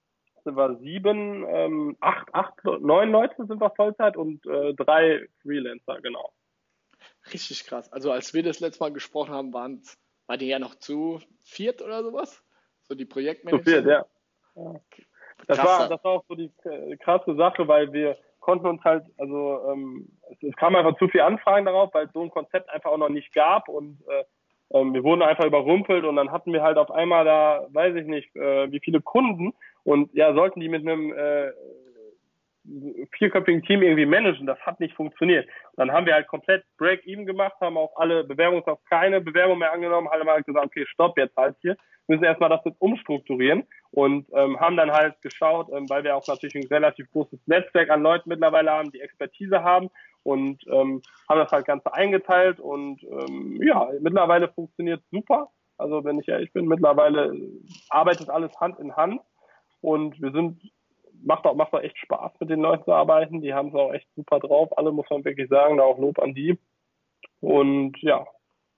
9 Leute sind wir Vollzeit und 3 Freelancer, genau. Richtig krass. Also als wir das letzte Mal gesprochen haben, war die ja noch zu 4 oder sowas? So die Projektmanager? Zu 4, ja. Das war auch so die krasse Sache, weil wir konnten uns halt, es kam einfach zu viel Anfragen darauf, weil es so ein Konzept einfach auch noch nicht gab und wir wurden einfach überrumpelt und dann hatten wir halt auf einmal da, weiß ich nicht, wie viele Kunden und ja, sollten die mit einem 4-köpfigen Team irgendwie managen, das hat nicht funktioniert. Und dann haben wir halt komplett Break-Even gemacht, haben auch alle keine Bewerbung mehr angenommen, haben halt gesagt, okay, stopp jetzt halt hier, müssen erstmal das jetzt umstrukturieren und haben dann halt geschaut, weil wir auch natürlich ein relativ großes Netzwerk an Leuten mittlerweile haben, die Expertise haben und haben das halt Ganze eingeteilt und ja, mittlerweile funktioniert super. Also wenn ich ehrlich bin, mittlerweile arbeitet alles Hand in Hand und macht auch echt Spaß mit den Leuten zu arbeiten. Die haben es auch echt super drauf. Alle, muss man wirklich sagen, da auch Lob an die. Und ja.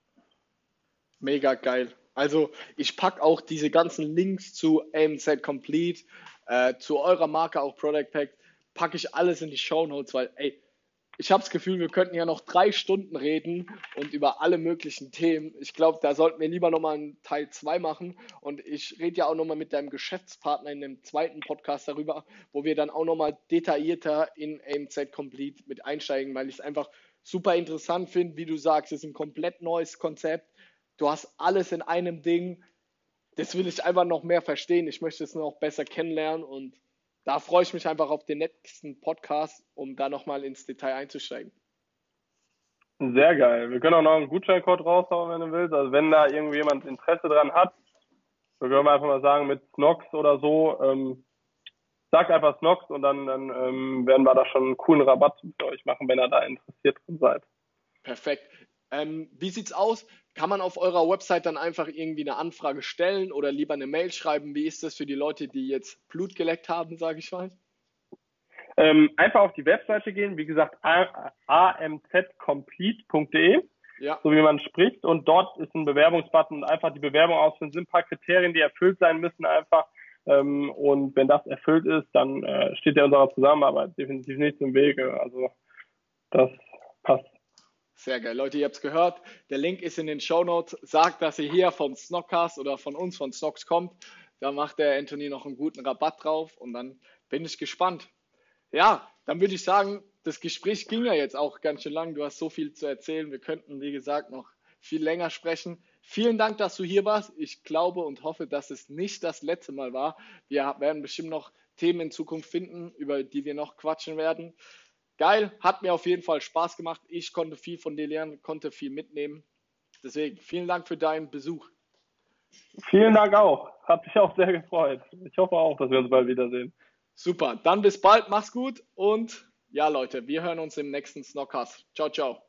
Mega geil. Also ich packe auch diese ganzen Links zu AMZ Complete, zu eurer Marke auch Product Pack, packe ich alles in die Shownotes, weil ey, ich habe das Gefühl, wir könnten ja noch 3 Stunden reden und über alle möglichen Themen. Ich glaube, da sollten wir lieber nochmal einen Teil 2 machen. Und ich rede ja auch nochmal mit deinem Geschäftspartner in dem zweiten Podcast darüber, wo wir dann auch nochmal detaillierter in AMZ Complete mit einsteigen, weil ich es einfach super interessant finde, wie du sagst, es ist ein komplett neues Konzept. Du hast alles in einem Ding. Das will ich einfach noch mehr verstehen. Ich möchte es noch besser kennenlernen und da freue ich mich einfach auf den nächsten Podcast, um da nochmal ins Detail einzusteigen. Sehr geil. Wir können auch noch einen Gutscheincode raushauen, wenn du willst. Also wenn da irgendjemand Interesse dran hat, wir können einfach mal sagen mit Snox oder so, sagt einfach Snox und dann werden wir da schon einen coolen Rabatt für euch machen, wenn ihr da interessiert drin seid. Perfekt. Wie sieht's aus? Kann man auf eurer Website dann einfach irgendwie eine Anfrage stellen oder lieber eine Mail schreiben? Wie ist das für die Leute, die jetzt Blut geleckt haben, sage ich mal? Einfach auf die Webseite gehen, wie gesagt, amzcomplete.de, Ja. so wie man spricht. Und dort ist ein Bewerbungsbutton, einfach die Bewerbung ausfüllen. Sind ein paar Kriterien, die erfüllt sein müssen einfach. Und wenn das erfüllt ist, dann steht ja unserer Zusammenarbeit definitiv nichts im Wege. Also das passt. Sehr geil. Leute, ihr habt es gehört. Der Link ist in den Shownotes. Sagt, dass ihr hier vom Snockcast oder von uns, von Snox kommt. Da macht der Anthony noch einen guten Rabatt drauf und dann bin ich gespannt. Ja, dann würde ich sagen, das Gespräch ging ja jetzt auch ganz schön lang. Du hast so viel zu erzählen. Wir könnten, wie gesagt, noch viel länger sprechen. Vielen Dank, dass du hier warst. Ich glaube und hoffe, dass es nicht das letzte Mal war. Wir werden bestimmt noch Themen in Zukunft finden, über die wir noch quatschen werden. Geil, hat mir auf jeden Fall Spaß gemacht. Ich konnte viel von dir lernen, konnte viel mitnehmen. Deswegen vielen Dank für deinen Besuch. Vielen Dank auch. Hat mich auch sehr gefreut. Ich hoffe auch, dass wir uns bald wiedersehen. Super, dann bis bald, mach's gut und ja Leute, wir hören uns im nächsten Snockcast. Ciao, ciao.